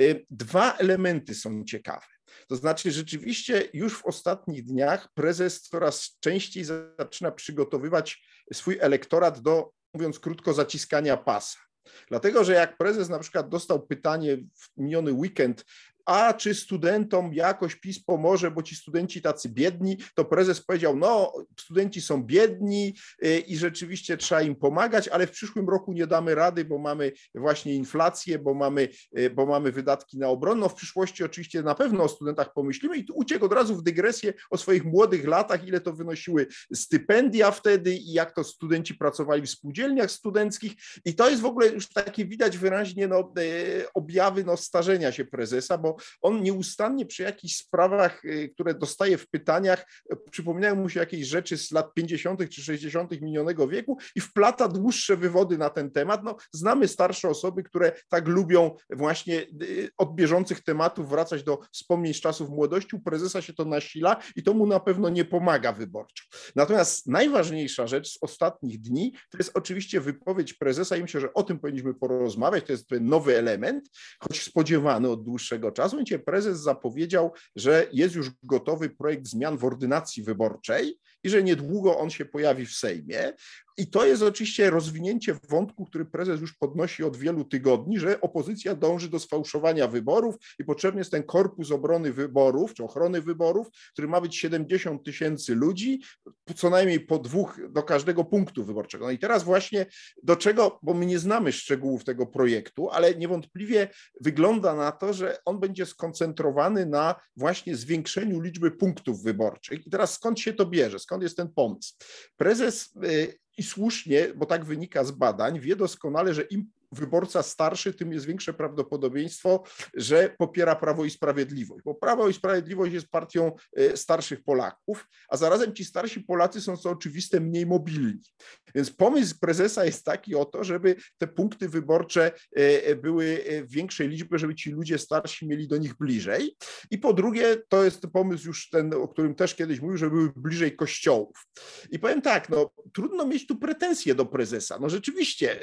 Speaker 2: dwa elementy są ciekawe. To znaczy rzeczywiście już w ostatnich dniach prezes coraz częściej zaczyna przygotowywać swój elektorat do, mówiąc krótko, zaciskania pasa. Dlatego, że jak prezes na przykład dostał pytanie w miniony weekend, a czy studentom jakoś PiS pomoże, bo ci studenci tacy biedni, to prezes powiedział, no studenci są biedni i rzeczywiście trzeba im pomagać, ale w przyszłym roku nie damy rady, bo mamy właśnie inflację, bo mamy, bo mamy wydatki na obronę. No w przyszłości oczywiście na pewno o studentach pomyślimy i tu uciekł od razu w dygresję o swoich młodych latach, ile to wynosiły stypendia wtedy i jak to studenci pracowali w spółdzielniach studenckich i to jest w ogóle już takie widać wyraźnie no, objawy no, starzenia się prezesa, bo on nieustannie przy jakichś sprawach, które dostaje w pytaniach, przypominają mu się jakieś rzeczy z lat pięćdziesiątych czy sześćdziesiątych minionego wieku i wplata dłuższe wywody na ten temat. No, znamy starsze osoby, które tak lubią właśnie od bieżących tematów wracać do wspomnień z czasów młodości. U prezesa się to nasila i to mu na pewno nie pomaga wyborczo. Natomiast najważniejsza rzecz z ostatnich dni to jest oczywiście wypowiedź prezesa i myślę, że o tym powinniśmy porozmawiać. To jest nowy element, choć spodziewany od dłuższego czasu. W momencie prezes zapowiedział, że jest już gotowy projekt zmian w ordynacji wyborczej i że niedługo on się pojawi w Sejmie. I to jest oczywiście rozwinięcie wątku, który prezes już podnosi od wielu tygodni, że opozycja dąży do sfałszowania wyborów i potrzebny jest ten korpus obrony wyborów, czy ochrony wyborów, który ma być siedemdziesiąt tysięcy ludzi, co najmniej po dwóch do każdego punktu wyborczego. No i teraz właśnie do czego, bo my nie znamy szczegółów tego projektu, ale niewątpliwie wygląda na to, że on będzie skoncentrowany na właśnie zwiększeniu liczby punktów wyborczych. I teraz skąd się to bierze? Skąd jest ten pomysł? Prezes i słusznie, bo tak wynika z badań, wie doskonale, że im wyborca starszy, tym jest większe prawdopodobieństwo, że popiera Prawo i Sprawiedliwość, bo Prawo i Sprawiedliwość jest partią starszych Polaków, a zarazem ci starsi Polacy są, co oczywiste, mniej mobilni. Więc pomysł prezesa jest taki oto, żeby te punkty wyborcze były w większej liczbie, żeby ci ludzie starsi mieli do nich bliżej. I po drugie, to jest pomysł już ten, o którym też kiedyś mówił, żeby były bliżej kościołów. I powiem tak, no trudno mieć tu pretensje do prezesa. No rzeczywiście,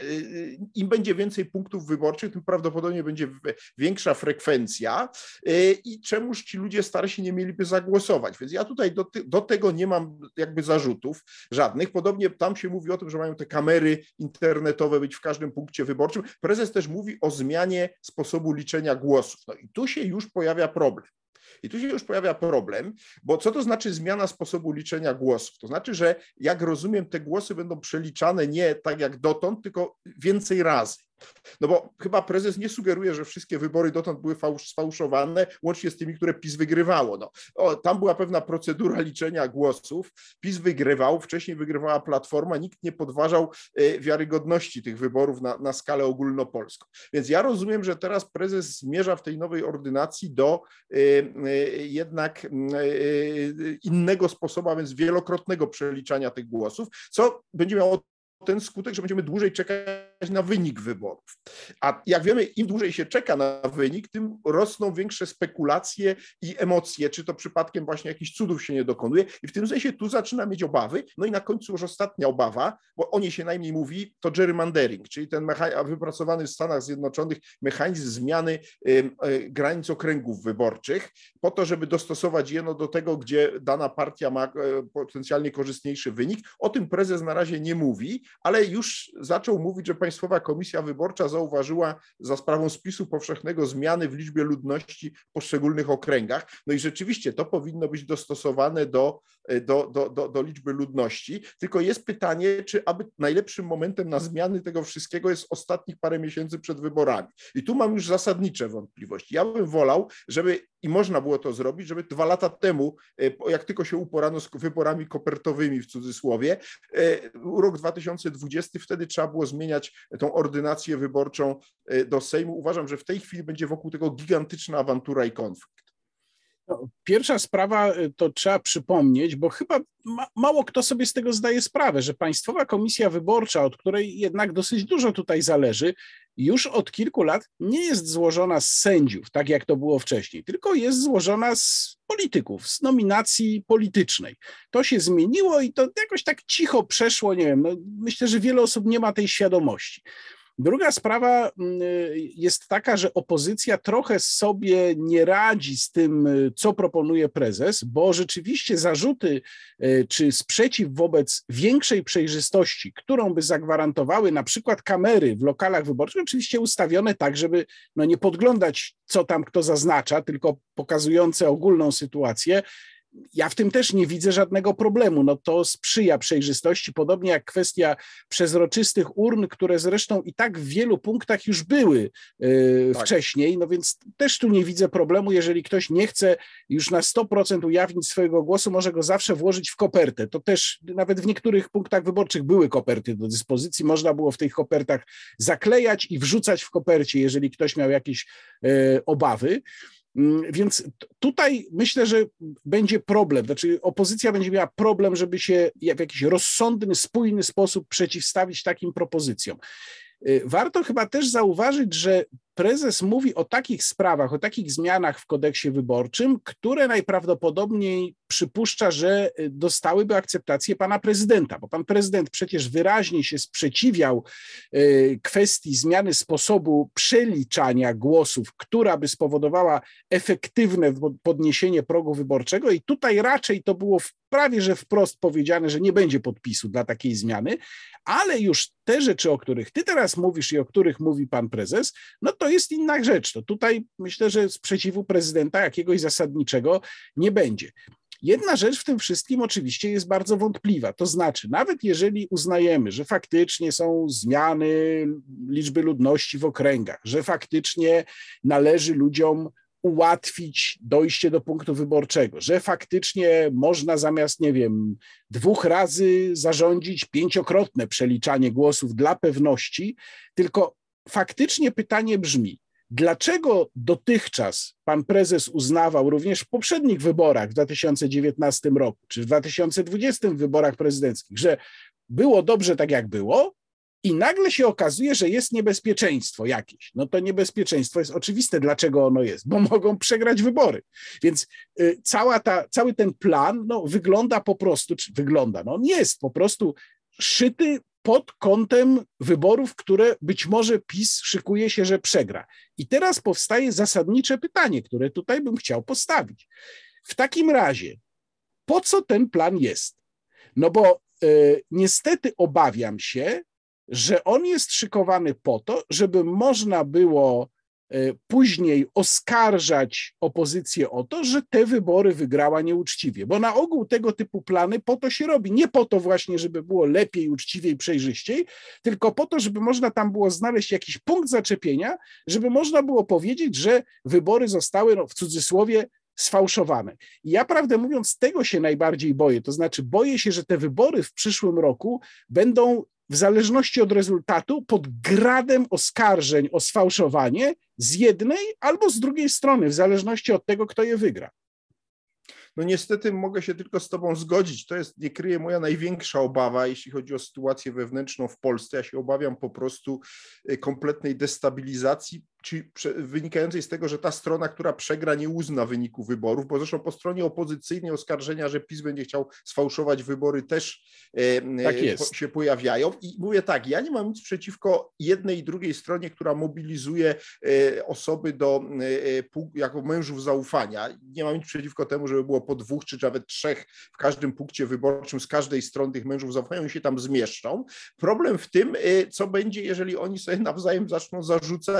Speaker 2: im będzie więcej punktów wyborczych, tym prawdopodobnie będzie większa frekwencja i czemuż ci ludzie starsi nie mieliby zagłosować. Więc ja tutaj do, do tego nie mam jakby zarzutów żadnych. Podobnie tam się mówi o tym, że mają te kamery internetowe być w każdym punkcie wyborczym. Prezes też mówi o zmianie sposobu liczenia głosów. No i tu się już pojawia problem. I tu się już pojawia problem, bo co to znaczy zmiana sposobu liczenia głosów? To znaczy, że jak rozumiem, te głosy będą przeliczane nie tak jak dotąd, tylko więcej razy. No bo chyba prezes nie sugeruje, że wszystkie wybory dotąd były fałsz, sfałszowane, łącznie z tymi, które PiS wygrywało. No, o, tam była pewna procedura liczenia głosów, PiS wygrywał, wcześniej wygrywała Platforma, nikt nie podważał y, wiarygodności tych wyborów na, na skalę ogólnopolską. Więc ja rozumiem, że teraz prezes zmierza w tej nowej ordynacji do y, y, jednak y, innego sposobu, a więc wielokrotnego przeliczania tych głosów, co będzie miało ten skutek, że będziemy dłużej czekać na wynik wyborów. A jak wiemy, im dłużej się czeka na wynik, tym rosną większe spekulacje i emocje, czy to przypadkiem właśnie jakichś cudów się nie dokonuje. I w tym sensie tu zaczyna mieć obawy. No i na końcu już ostatnia obawa, bo o niej się najmniej mówi, to gerrymandering, czyli ten mecha- wypracowany w Stanach Zjednoczonych mechanizm zmiany y, y, granic okręgów wyborczych, po to, żeby dostosować je no, do tego, gdzie dana partia ma y, potencjalnie korzystniejszy wynik. O tym prezes na razie nie mówi, ale już zaczął mówić, że Państwowa Komisja Wyborcza zauważyła za sprawą spisu powszechnego zmiany w liczbie ludności w poszczególnych okręgach. No i rzeczywiście to powinno być dostosowane do, do, do, do, do liczby ludności. Tylko jest pytanie, czy aby najlepszym momentem na zmiany tego wszystkiego jest ostatnich parę miesięcy przed wyborami. I tu mam już zasadnicze wątpliwości. Ja bym wolał, żeby i można było to zrobić, żeby dwa lata temu, jak tylko się uporano z wyborami kopertowymi w cudzysłowie, rok dwa tysiące dwudziesty, wtedy trzeba było zmieniać tą ordynację wyborczą do Sejmu. Uważam, że w tej chwili będzie wokół tego gigantyczna awantura i konflikt.
Speaker 1: No, pierwsza sprawa to trzeba przypomnieć, bo chyba ma, mało kto sobie z tego zdaje sprawę, że Państwowa Komisja Wyborcza, od której jednak dosyć dużo tutaj zależy, już od kilku lat nie jest złożona z sędziów, tak jak to było wcześniej, tylko jest złożona z polityków, z nominacji politycznej. To się zmieniło i to jakoś tak cicho przeszło, nie wiem, no, myślę, że wiele osób nie ma tej świadomości. Druga sprawa jest taka, że opozycja trochę sobie nie radzi z tym, co proponuje prezes, bo rzeczywiście zarzuty czy sprzeciw wobec większej przejrzystości, którą by zagwarantowały na przykład kamery w lokalach wyborczych, oczywiście ustawione tak, żeby no nie podglądać, co tam kto zaznacza, tylko pokazujące ogólną sytuację. Ja w tym też nie widzę żadnego problemu. No to sprzyja przejrzystości, podobnie jak kwestia przezroczystych urn, które zresztą i tak w wielu punktach już były yy, tak. wcześniej, no więc też tu nie widzę problemu. Jeżeli ktoś nie chce już na sto procent ujawnić swojego głosu, może go zawsze włożyć w kopertę. To też nawet w niektórych punktach wyborczych były koperty do dyspozycji. Można było w tych kopertach zaklejać i wrzucać w kopercie, jeżeli ktoś miał jakieś yy, obawy. Więc tutaj myślę, że będzie problem, znaczy opozycja będzie miała problem, żeby się w jakiś rozsądny, spójny sposób przeciwstawić takim propozycjom. Warto chyba też zauważyć, że prezes mówi o takich sprawach, o takich zmianach w kodeksie wyborczym, które najprawdopodobniej przypuszcza, że dostałyby akceptację pana prezydenta, bo pan prezydent przecież wyraźnie się sprzeciwiał kwestii zmiany sposobu przeliczania głosów, która by spowodowała efektywne podniesienie progu wyborczego i tutaj raczej to było prawie że wprost powiedziane, że nie będzie podpisu dla takiej zmiany, ale już te rzeczy, o których ty teraz mówisz i o których mówi pan prezes, no to jest inna rzecz. To tutaj myślę, że sprzeciwu prezydenta jakiegoś zasadniczego nie będzie. Jedna rzecz w tym wszystkim oczywiście jest bardzo wątpliwa, to znaczy nawet jeżeli uznajemy, że faktycznie są zmiany liczby ludności w okręgach, że faktycznie należy ludziom ułatwić dojście do punktu wyborczego, że faktycznie można zamiast, nie wiem, dwóch razy zarządzić pięciokrotne przeliczanie głosów dla pewności, tylko faktycznie pytanie brzmi, dlaczego dotychczas pan prezes uznawał również w poprzednich wyborach w dwa tysiące dziewiętnastym roku, czy w dwa tysiące dwudziestym wyborach prezydenckich, że było dobrze tak jak było, i nagle się okazuje, że jest niebezpieczeństwo jakieś. No to niebezpieczeństwo jest oczywiste, dlaczego ono jest, bo mogą przegrać wybory. Więc y, cała ta, cały ten plan no, wygląda po prostu, czy wygląda, no on jest po prostu szyty pod kątem wyborów, które być może PiS szykuje się, że przegra. I teraz powstaje zasadnicze pytanie, które tutaj bym chciał postawić. W takim razie, po co ten plan jest? No bo y, niestety obawiam się, że on jest szykowany po to, żeby można było później oskarżać opozycję o to, że te wybory wygrała nieuczciwie, bo na ogół tego typu plany po to się robi, nie po to właśnie, żeby było lepiej, uczciwiej, przejrzyściej, tylko po to, żeby można tam było znaleźć jakiś punkt zaczepienia, żeby można było powiedzieć, że wybory zostały, no, w cudzysłowie, sfałszowane. I ja prawdę mówiąc tego się najbardziej boję, to znaczy boję się, że te wybory w przyszłym roku będą w zależności od rezultatu pod gradem oskarżeń o sfałszowanie z jednej albo z drugiej strony, w zależności od tego, kto je wygra.
Speaker 2: No niestety mogę się tylko z tobą zgodzić. To jest, nie kryje moja największa obawa, jeśli chodzi o sytuację wewnętrzną w Polsce. Ja się obawiam po prostu kompletnej destabilizacji, czyli wynikającej z tego, że ta strona, która przegra, nie uzna wyniku wyborów, bo zresztą po stronie opozycyjnej oskarżenia, że PiS będzie chciał sfałszować wybory, też tak jest. się pojawiają. I mówię tak, ja nie mam nic przeciwko jednej i drugiej stronie, która mobilizuje osoby do, jako mężów zaufania. Nie mam nic przeciwko temu, żeby było po dwóch czy nawet trzech w każdym punkcie wyborczym z każdej strony tych mężów zaufania, oni się tam zmieszczą. Problem w tym, co będzie, jeżeli oni sobie nawzajem zaczną zarzucać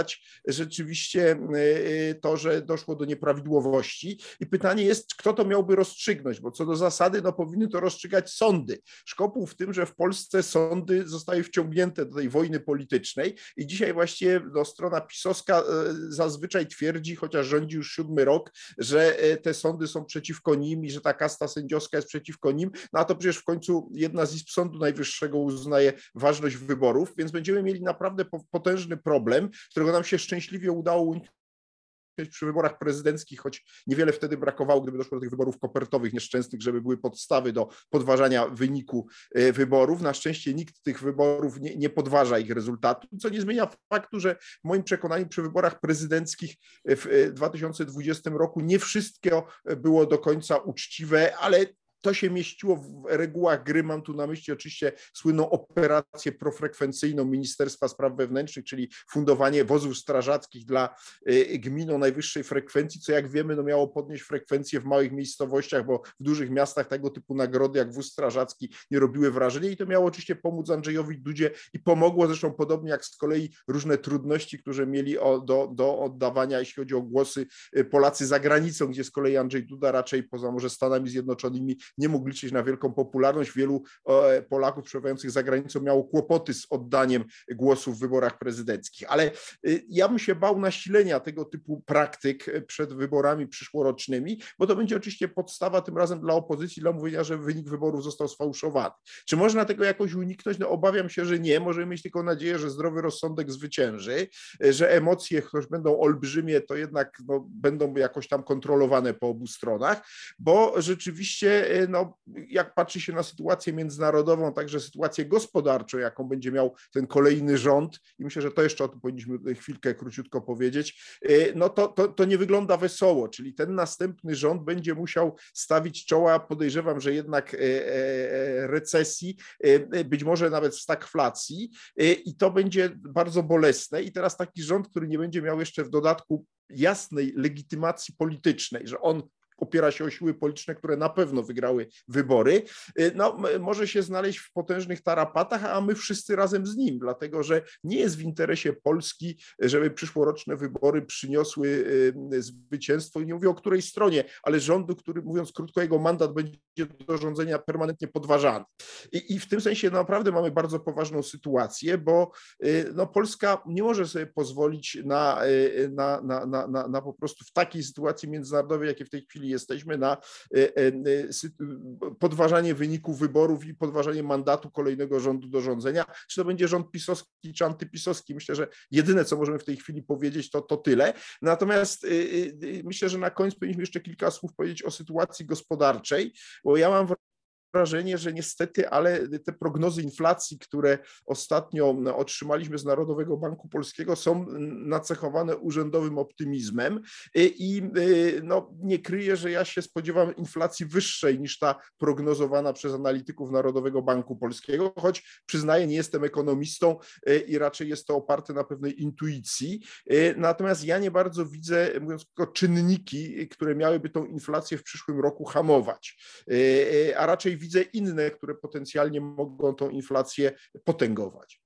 Speaker 2: rzeczywiście to, że doszło do nieprawidłowości. I pytanie jest, kto to miałby rozstrzygnąć, bo co do zasady, no powinny to rozstrzygać sądy. Szkopuł w tym, że w Polsce sądy zostały wciągnięte do tej wojny politycznej i dzisiaj właściwie no, strona pisowska zazwyczaj twierdzi, chociaż rządzi już siódmy rok, że te sądy są przeciwko nim i że ta kasta sędziowska jest przeciwko nim, no a to przecież w końcu jedna z izb Sądu Najwyższego uznaje ważność wyborów, więc będziemy mieli naprawdę potężny problem, którego nam się szczęśliwie udało uniknąć przy wyborach prezydenckich, choć niewiele wtedy brakowało, gdyby doszło do tych wyborów kopertowych nieszczęsnych, żeby były podstawy do podważania wyniku wyborów. Na szczęście nikt tych wyborów nie, nie podważa ich rezultatu, co nie zmienia faktu, że w moim przekonaniu przy wyborach prezydenckich w dwa tysiące dwudziestym roku nie wszystko było do końca uczciwe, ale to się mieściło w regułach gry. Mam tu na myśli oczywiście słynną operację profrekwencyjną Ministerstwa Spraw Wewnętrznych, czyli fundowanie wozów strażackich dla gmin o najwyższej frekwencji, co jak wiemy no miało podnieść frekwencję w małych miejscowościach, bo w dużych miastach tego typu nagrody jak wóz strażacki nie robiły wrażenia i to miało oczywiście pomóc Andrzejowi Dudzie i pomogło zresztą podobnie jak z kolei różne trudności, które mieli o, do, do oddawania, jeśli chodzi o głosy Polacy za granicą, gdzie z kolei Andrzej Duda raczej poza może Stanami Zjednoczonymi nie mógł liczyć na wielką popularność. Wielu Polaków przebywających za granicą miało kłopoty z oddaniem głosów w wyborach prezydenckich. Ale ja bym się bał nasilenia tego typu praktyk przed wyborami przyszłorocznymi, bo to będzie oczywiście podstawa tym razem dla opozycji, dla mówienia, że wynik wyborów został sfałszowany. Czy można tego jakoś uniknąć? No obawiam się, że nie. Możemy mieć tylko nadzieję, że zdrowy rozsądek zwycięży, że emocje, choć będą olbrzymie, to jednak no, będą jakoś tam kontrolowane po obu stronach, bo rzeczywiście no, jak patrzy się na sytuację międzynarodową, także sytuację gospodarczą, jaką będzie miał ten kolejny rząd, i myślę, że to jeszcze o tym powinniśmy chwilkę króciutko powiedzieć, no to, to, to nie wygląda wesoło, czyli ten następny rząd będzie musiał stawić czoła, podejrzewam, że jednak recesji, być może nawet stagflacji i to będzie bardzo bolesne i teraz taki rząd, który nie będzie miał jeszcze w dodatku jasnej legitymacji politycznej, że on opiera się o siły polityczne, które na pewno wygrały wybory, no, może się znaleźć w potężnych tarapatach, a my wszyscy razem z nim, dlatego że nie jest w interesie Polski, żeby przyszłoroczne wybory przyniosły zwycięstwo i nie mówię o której stronie, ale rządu, który mówiąc krótko, jego mandat będzie do rządzenia permanentnie podważany. I, i w tym sensie naprawdę mamy bardzo poważną sytuację, bo no, Polska nie może sobie pozwolić na, na, na, na, na, na po prostu w takiej sytuacji międzynarodowej, jakiej w tej chwili jesteśmy, na podważanie wyników wyborów i podważanie mandatu kolejnego rządu do rządzenia. Czy to będzie rząd pisowski, czy antypisowski? Myślę, że jedyne, co możemy w tej chwili powiedzieć, to, to tyle. Natomiast myślę, że na koniec powinniśmy jeszcze kilka słów powiedzieć o sytuacji gospodarczej, bo ja mam wrażenie, że niestety, ale te prognozy inflacji, które ostatnio otrzymaliśmy z Narodowego Banku Polskiego, są nacechowane urzędowym optymizmem i no, nie kryję, że ja się spodziewam inflacji wyższej niż ta prognozowana przez analityków Narodowego Banku Polskiego, choć przyznaję, nie jestem ekonomistą i raczej jest to oparte na pewnej intuicji. Natomiast ja nie bardzo widzę, mówiąc tylko, czynniki, które miałyby tą inflację w przyszłym roku hamować, a raczej widzę inne, które potencjalnie mogą tą inflację potęgować.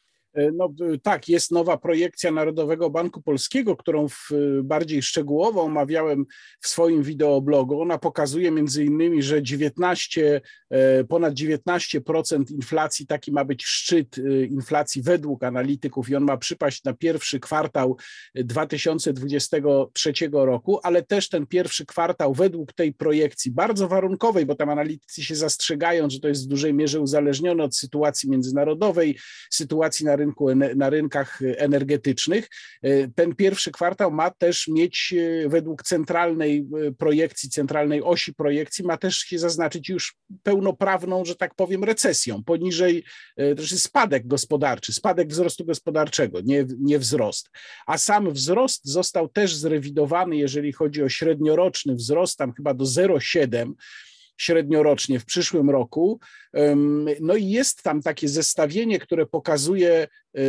Speaker 1: No tak, jest nowa projekcja Narodowego Banku Polskiego, którą w bardziej szczegółowo omawiałem w swoim wideoblogu. Ona pokazuje między innymi, że dziewiętnaście, ponad dziewiętnaście procent inflacji, taki ma być szczyt inflacji według analityków i on ma przypaść na pierwszy kwartał dwa tysiące dwudziestego trzeciego roku, ale też ten pierwszy kwartał według tej projekcji, bardzo warunkowej, bo tam analitycy się zastrzegają, że to jest w dużej mierze uzależnione od sytuacji międzynarodowej, sytuacji na rynku, na rynkach energetycznych. Ten pierwszy kwartał ma też mieć według centralnej projekcji, centralnej osi projekcji, ma też się zaznaczyć już pełnoprawną, że tak powiem, recesją, poniżej, to jest spadek gospodarczy, spadek wzrostu gospodarczego, nie, nie wzrost. A sam wzrost został też zrewidowany, jeżeli chodzi o średnioroczny wzrost, tam chyba do zero przecinek siedem średniorocznie w przyszłym roku. No i jest tam takie zestawienie, które pokazuje,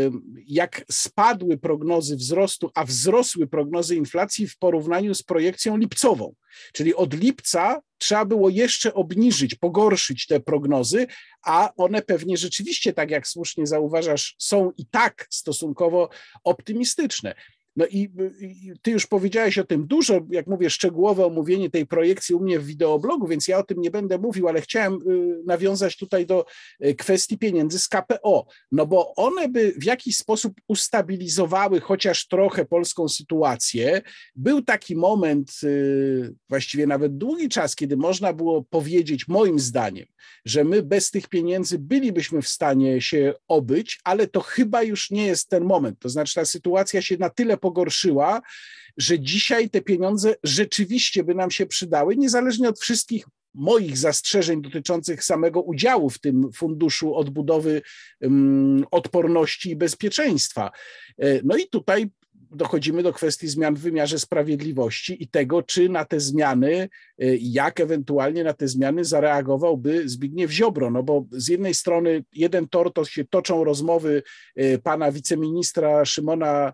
Speaker 1: jak spadły prognozy wzrostu, a wzrosły prognozy inflacji w porównaniu z projekcją lipcową. Czyli od lipca trzeba było jeszcze obniżyć, pogorszyć te prognozy, a one pewnie rzeczywiście, tak jak słusznie zauważasz, są i tak stosunkowo optymistyczne. No i, i ty już powiedziałeś o tym dużo, jak mówię, szczegółowe omówienie tej projekcji u mnie w wideoblogu, więc ja o tym nie będę mówił, ale chciałem nawiązać tutaj do kwestii pieniędzy z K P O, no bo one by w jakiś sposób ustabilizowały chociaż trochę polską sytuację. Był taki moment, właściwie nawet długi czas, kiedy można było powiedzieć, moim zdaniem, że my bez tych pieniędzy bylibyśmy w stanie się obyć, ale to chyba już nie jest ten moment. To znaczy ta sytuacja się na tyle pogorszyła, że dzisiaj te pieniądze rzeczywiście by nam się przydały, niezależnie od wszystkich moich zastrzeżeń dotyczących samego udziału w tym Funduszu Odbudowy um, Odporności i Bezpieczeństwa. No i tutaj dochodzimy do kwestii zmian w wymiarze sprawiedliwości i tego, czy na te zmiany, jak ewentualnie na te zmiany zareagowałby Zbigniew Ziobro. No bo z jednej strony jeden tor to się toczą rozmowy pana wiceministra Szymona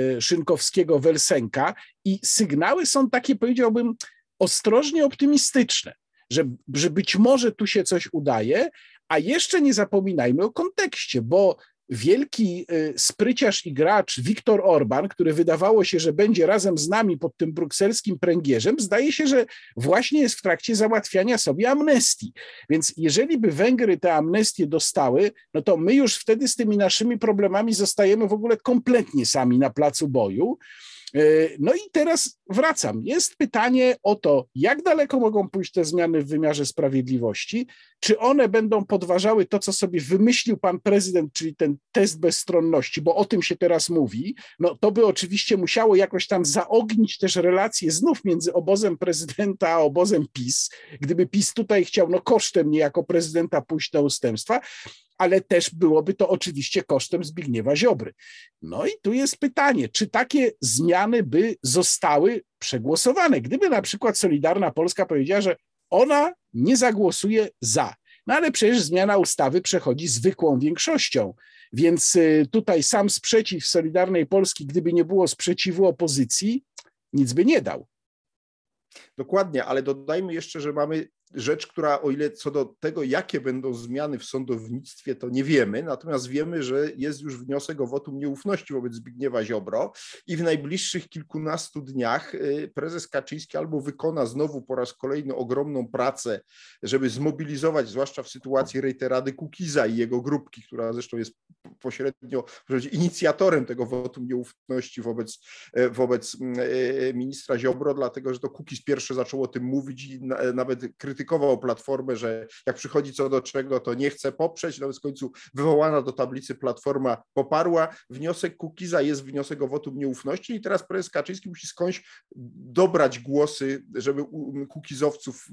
Speaker 1: Szynkowskiego-Welsenka i sygnały są takie, powiedziałbym, ostrożnie optymistyczne, że, że być może tu się coś udaje, a jeszcze nie zapominajmy o kontekście, bo wielki spryciarz i gracz Viktor Orban, który wydawało się, że będzie razem z nami pod tym brukselskim pręgierzem, zdaje się, że właśnie jest w trakcie załatwiania sobie amnestii. Więc jeżeli by Węgry te amnestie dostały, no to my już wtedy z tymi naszymi problemami zostajemy w ogóle kompletnie sami na placu boju. No i teraz wracam. Jest pytanie o to, jak daleko mogą pójść te zmiany w wymiarze sprawiedliwości, czy one będą podważały to, co sobie wymyślił pan prezydent, czyli ten test bezstronności, bo o tym się teraz mówi. No to by oczywiście musiało jakoś tam zaognić też relacje znów między obozem prezydenta a obozem PiS, gdyby PiS tutaj chciał no kosztem niejako prezydenta pójść na ustępstwa, ale też byłoby to oczywiście kosztem Zbigniewa Ziobry. No i tu jest pytanie, czy takie zmiany by zostały przegłosowane? Gdyby na przykład Solidarna Polska powiedziała, że ona nie zagłosuje za, no ale przecież zmiana ustawy przechodzi zwykłą większością, więc tutaj sam sprzeciw Solidarnej Polski, gdyby nie było sprzeciwu opozycji, nic by nie dał.
Speaker 2: Dokładnie, ale dodajmy jeszcze, że mamy rzecz, która o ile co do tego, jakie będą zmiany w sądownictwie, to nie wiemy, natomiast wiemy, że jest już wniosek o wotum nieufności wobec Zbigniewa Ziobro i w najbliższych kilkunastu dniach prezes Kaczyński albo wykona znowu po raz kolejny ogromną pracę, żeby zmobilizować, zwłaszcza w sytuacji Rejterady Kukiza i jego grupki, która zresztą jest pośrednio inicjatorem tego wotum nieufności wobec, wobec ministra Ziobro, dlatego że to Kukiz pierwszy zaczął o tym mówić i nawet krytykował Platformę, że jak przychodzi co do czego, to nie chce poprzeć, no w końcu wywołana do tablicy Platforma poparła. Wniosek Kukiza jest wniosek o wotum nieufności i teraz prezes Kaczyński musi skądś dobrać głosy, żeby kukizowców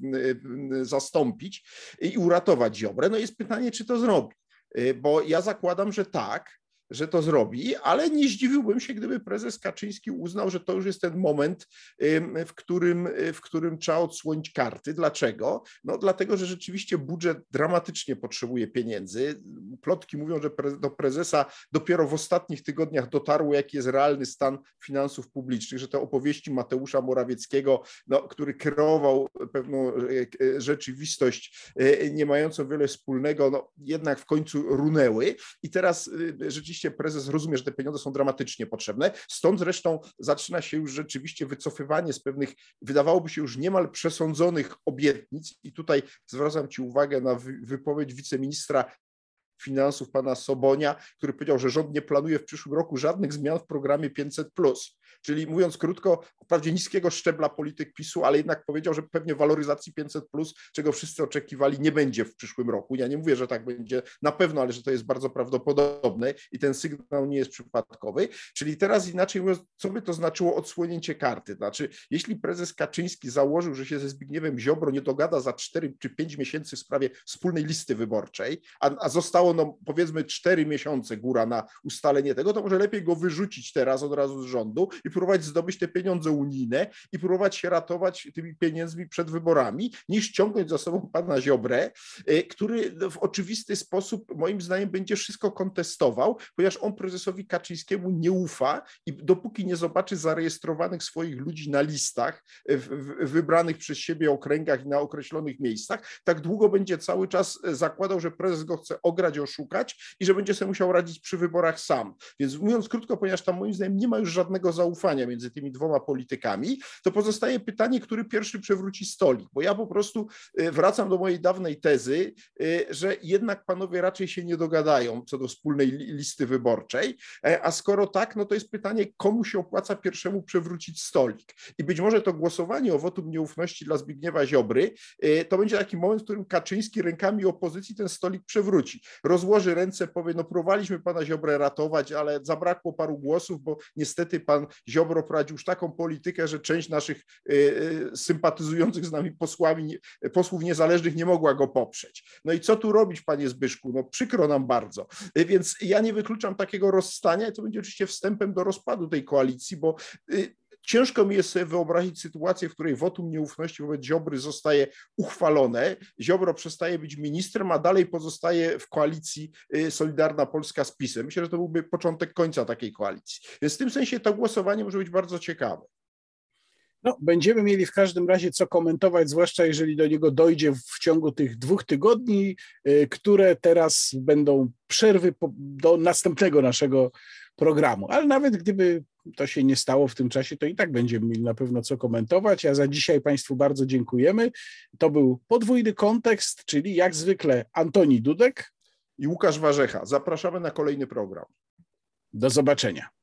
Speaker 2: zastąpić i uratować Ziobrę. No jest pytanie, czy to zrobi, bo ja zakładam, że tak, że to zrobi, ale nie zdziwiłbym się, gdyby prezes Kaczyński uznał, że to już jest ten moment, w którym, w którym trzeba odsłonić karty. Dlaczego? No dlatego, że rzeczywiście budżet dramatycznie potrzebuje pieniędzy. Plotki mówią, że do prezesa dopiero w ostatnich tygodniach dotarło, jaki jest realny stan finansów publicznych, że te opowieści Mateusza Morawieckiego, no, który kreował pewną rzeczywistość nie mającą wiele wspólnego, no, jednak w końcu runęły i teraz rzeczywiście prezes rozumie, że te pieniądze są dramatycznie potrzebne. Stąd zresztą zaczyna się już rzeczywiście wycofywanie z pewnych, wydawałoby się już niemal przesądzonych obietnic i tutaj zwracam Ci uwagę na wypowiedź wiceministra finansów pana Sobonia, który powiedział, że rząd nie planuje w przyszłym roku żadnych zmian w programie pięćset plus. Czyli mówiąc krótko, wprawdzie niskiego szczebla polityk PiSu, ale jednak powiedział, że pewnie waloryzacji pięćset plus, czego wszyscy oczekiwali, nie będzie w przyszłym roku. Ja nie mówię, że tak będzie na pewno, ale że to jest bardzo prawdopodobne i ten sygnał nie jest przypadkowy. Czyli teraz inaczej mówiąc, co by to znaczyło odsłonięcie karty? Znaczy, jeśli prezes Kaczyński założył, że się ze Zbigniewem Ziobro nie dogada za cztery czy pięć miesięcy w sprawie wspólnej listy wyborczej, a, a zostało no powiedzmy cztery miesiące góra na ustalenie tego, to może lepiej go wyrzucić teraz od razu z rządu i próbować zdobyć te pieniądze u unijne i próbować się ratować tymi pieniędzmi przed wyborami, niż ciągnąć za sobą pana Ziobrę, który w oczywisty sposób, moim zdaniem, będzie wszystko kontestował, ponieważ on prezesowi Kaczyńskiemu nie ufa i dopóki nie zobaczy zarejestrowanych swoich ludzi na listach w, w wybranych przez siebie okręgach i na określonych miejscach, tak długo będzie cały czas zakładał, że prezes go chce ograć, oszukać i że będzie sobie musiał radzić przy wyborach sam. Więc mówiąc krótko, ponieważ tam moim zdaniem nie ma już żadnego zaufania między tymi dwoma politykami, to pozostaje pytanie, który pierwszy przewróci stolik, bo ja po prostu wracam do mojej dawnej tezy, że jednak panowie raczej się nie dogadają co do wspólnej listy wyborczej, a skoro tak, no to jest pytanie, komu się opłaca pierwszemu przewrócić stolik. I być może to głosowanie o wotum nieufności dla Zbigniewa Ziobry to będzie taki moment, w którym Kaczyński rękami opozycji ten stolik przewróci. Rozłoży ręce, powie, no próbowaliśmy pana Ziobrę ratować, ale zabrakło paru głosów, bo niestety pan Ziobro prowadził już taką politykę, że część naszych sympatyzujących z nami posłami, posłów niezależnych nie mogła go poprzeć. No i co tu robić, panie Zbyszku? No przykro nam bardzo. Więc ja nie wykluczam takiego rozstania i to będzie oczywiście wstępem do rozpadu tej koalicji, bo ciężko mi jest sobie wyobrazić sytuację, w której wotum nieufności wobec Ziobry zostaje uchwalone, Ziobro przestaje być ministrem, a dalej pozostaje w koalicji Solidarna Polska z PiS-em. Myślę, że to byłby początek końca takiej koalicji. Więc w tym sensie to głosowanie może być bardzo ciekawe.
Speaker 1: No, będziemy mieli w każdym razie co komentować, zwłaszcza jeżeli do niego dojdzie w ciągu tych dwóch tygodni, które teraz będą przerwy do następnego naszego programu. Ale nawet gdyby to się nie stało w tym czasie, to i tak będziemy mieli na pewno co komentować. A za dzisiaj Państwu bardzo dziękujemy. To był podwójny kontekst, czyli jak zwykle Antoni Dudek
Speaker 2: i Łukasz Warzecha. Zapraszamy na kolejny program.
Speaker 1: Do zobaczenia.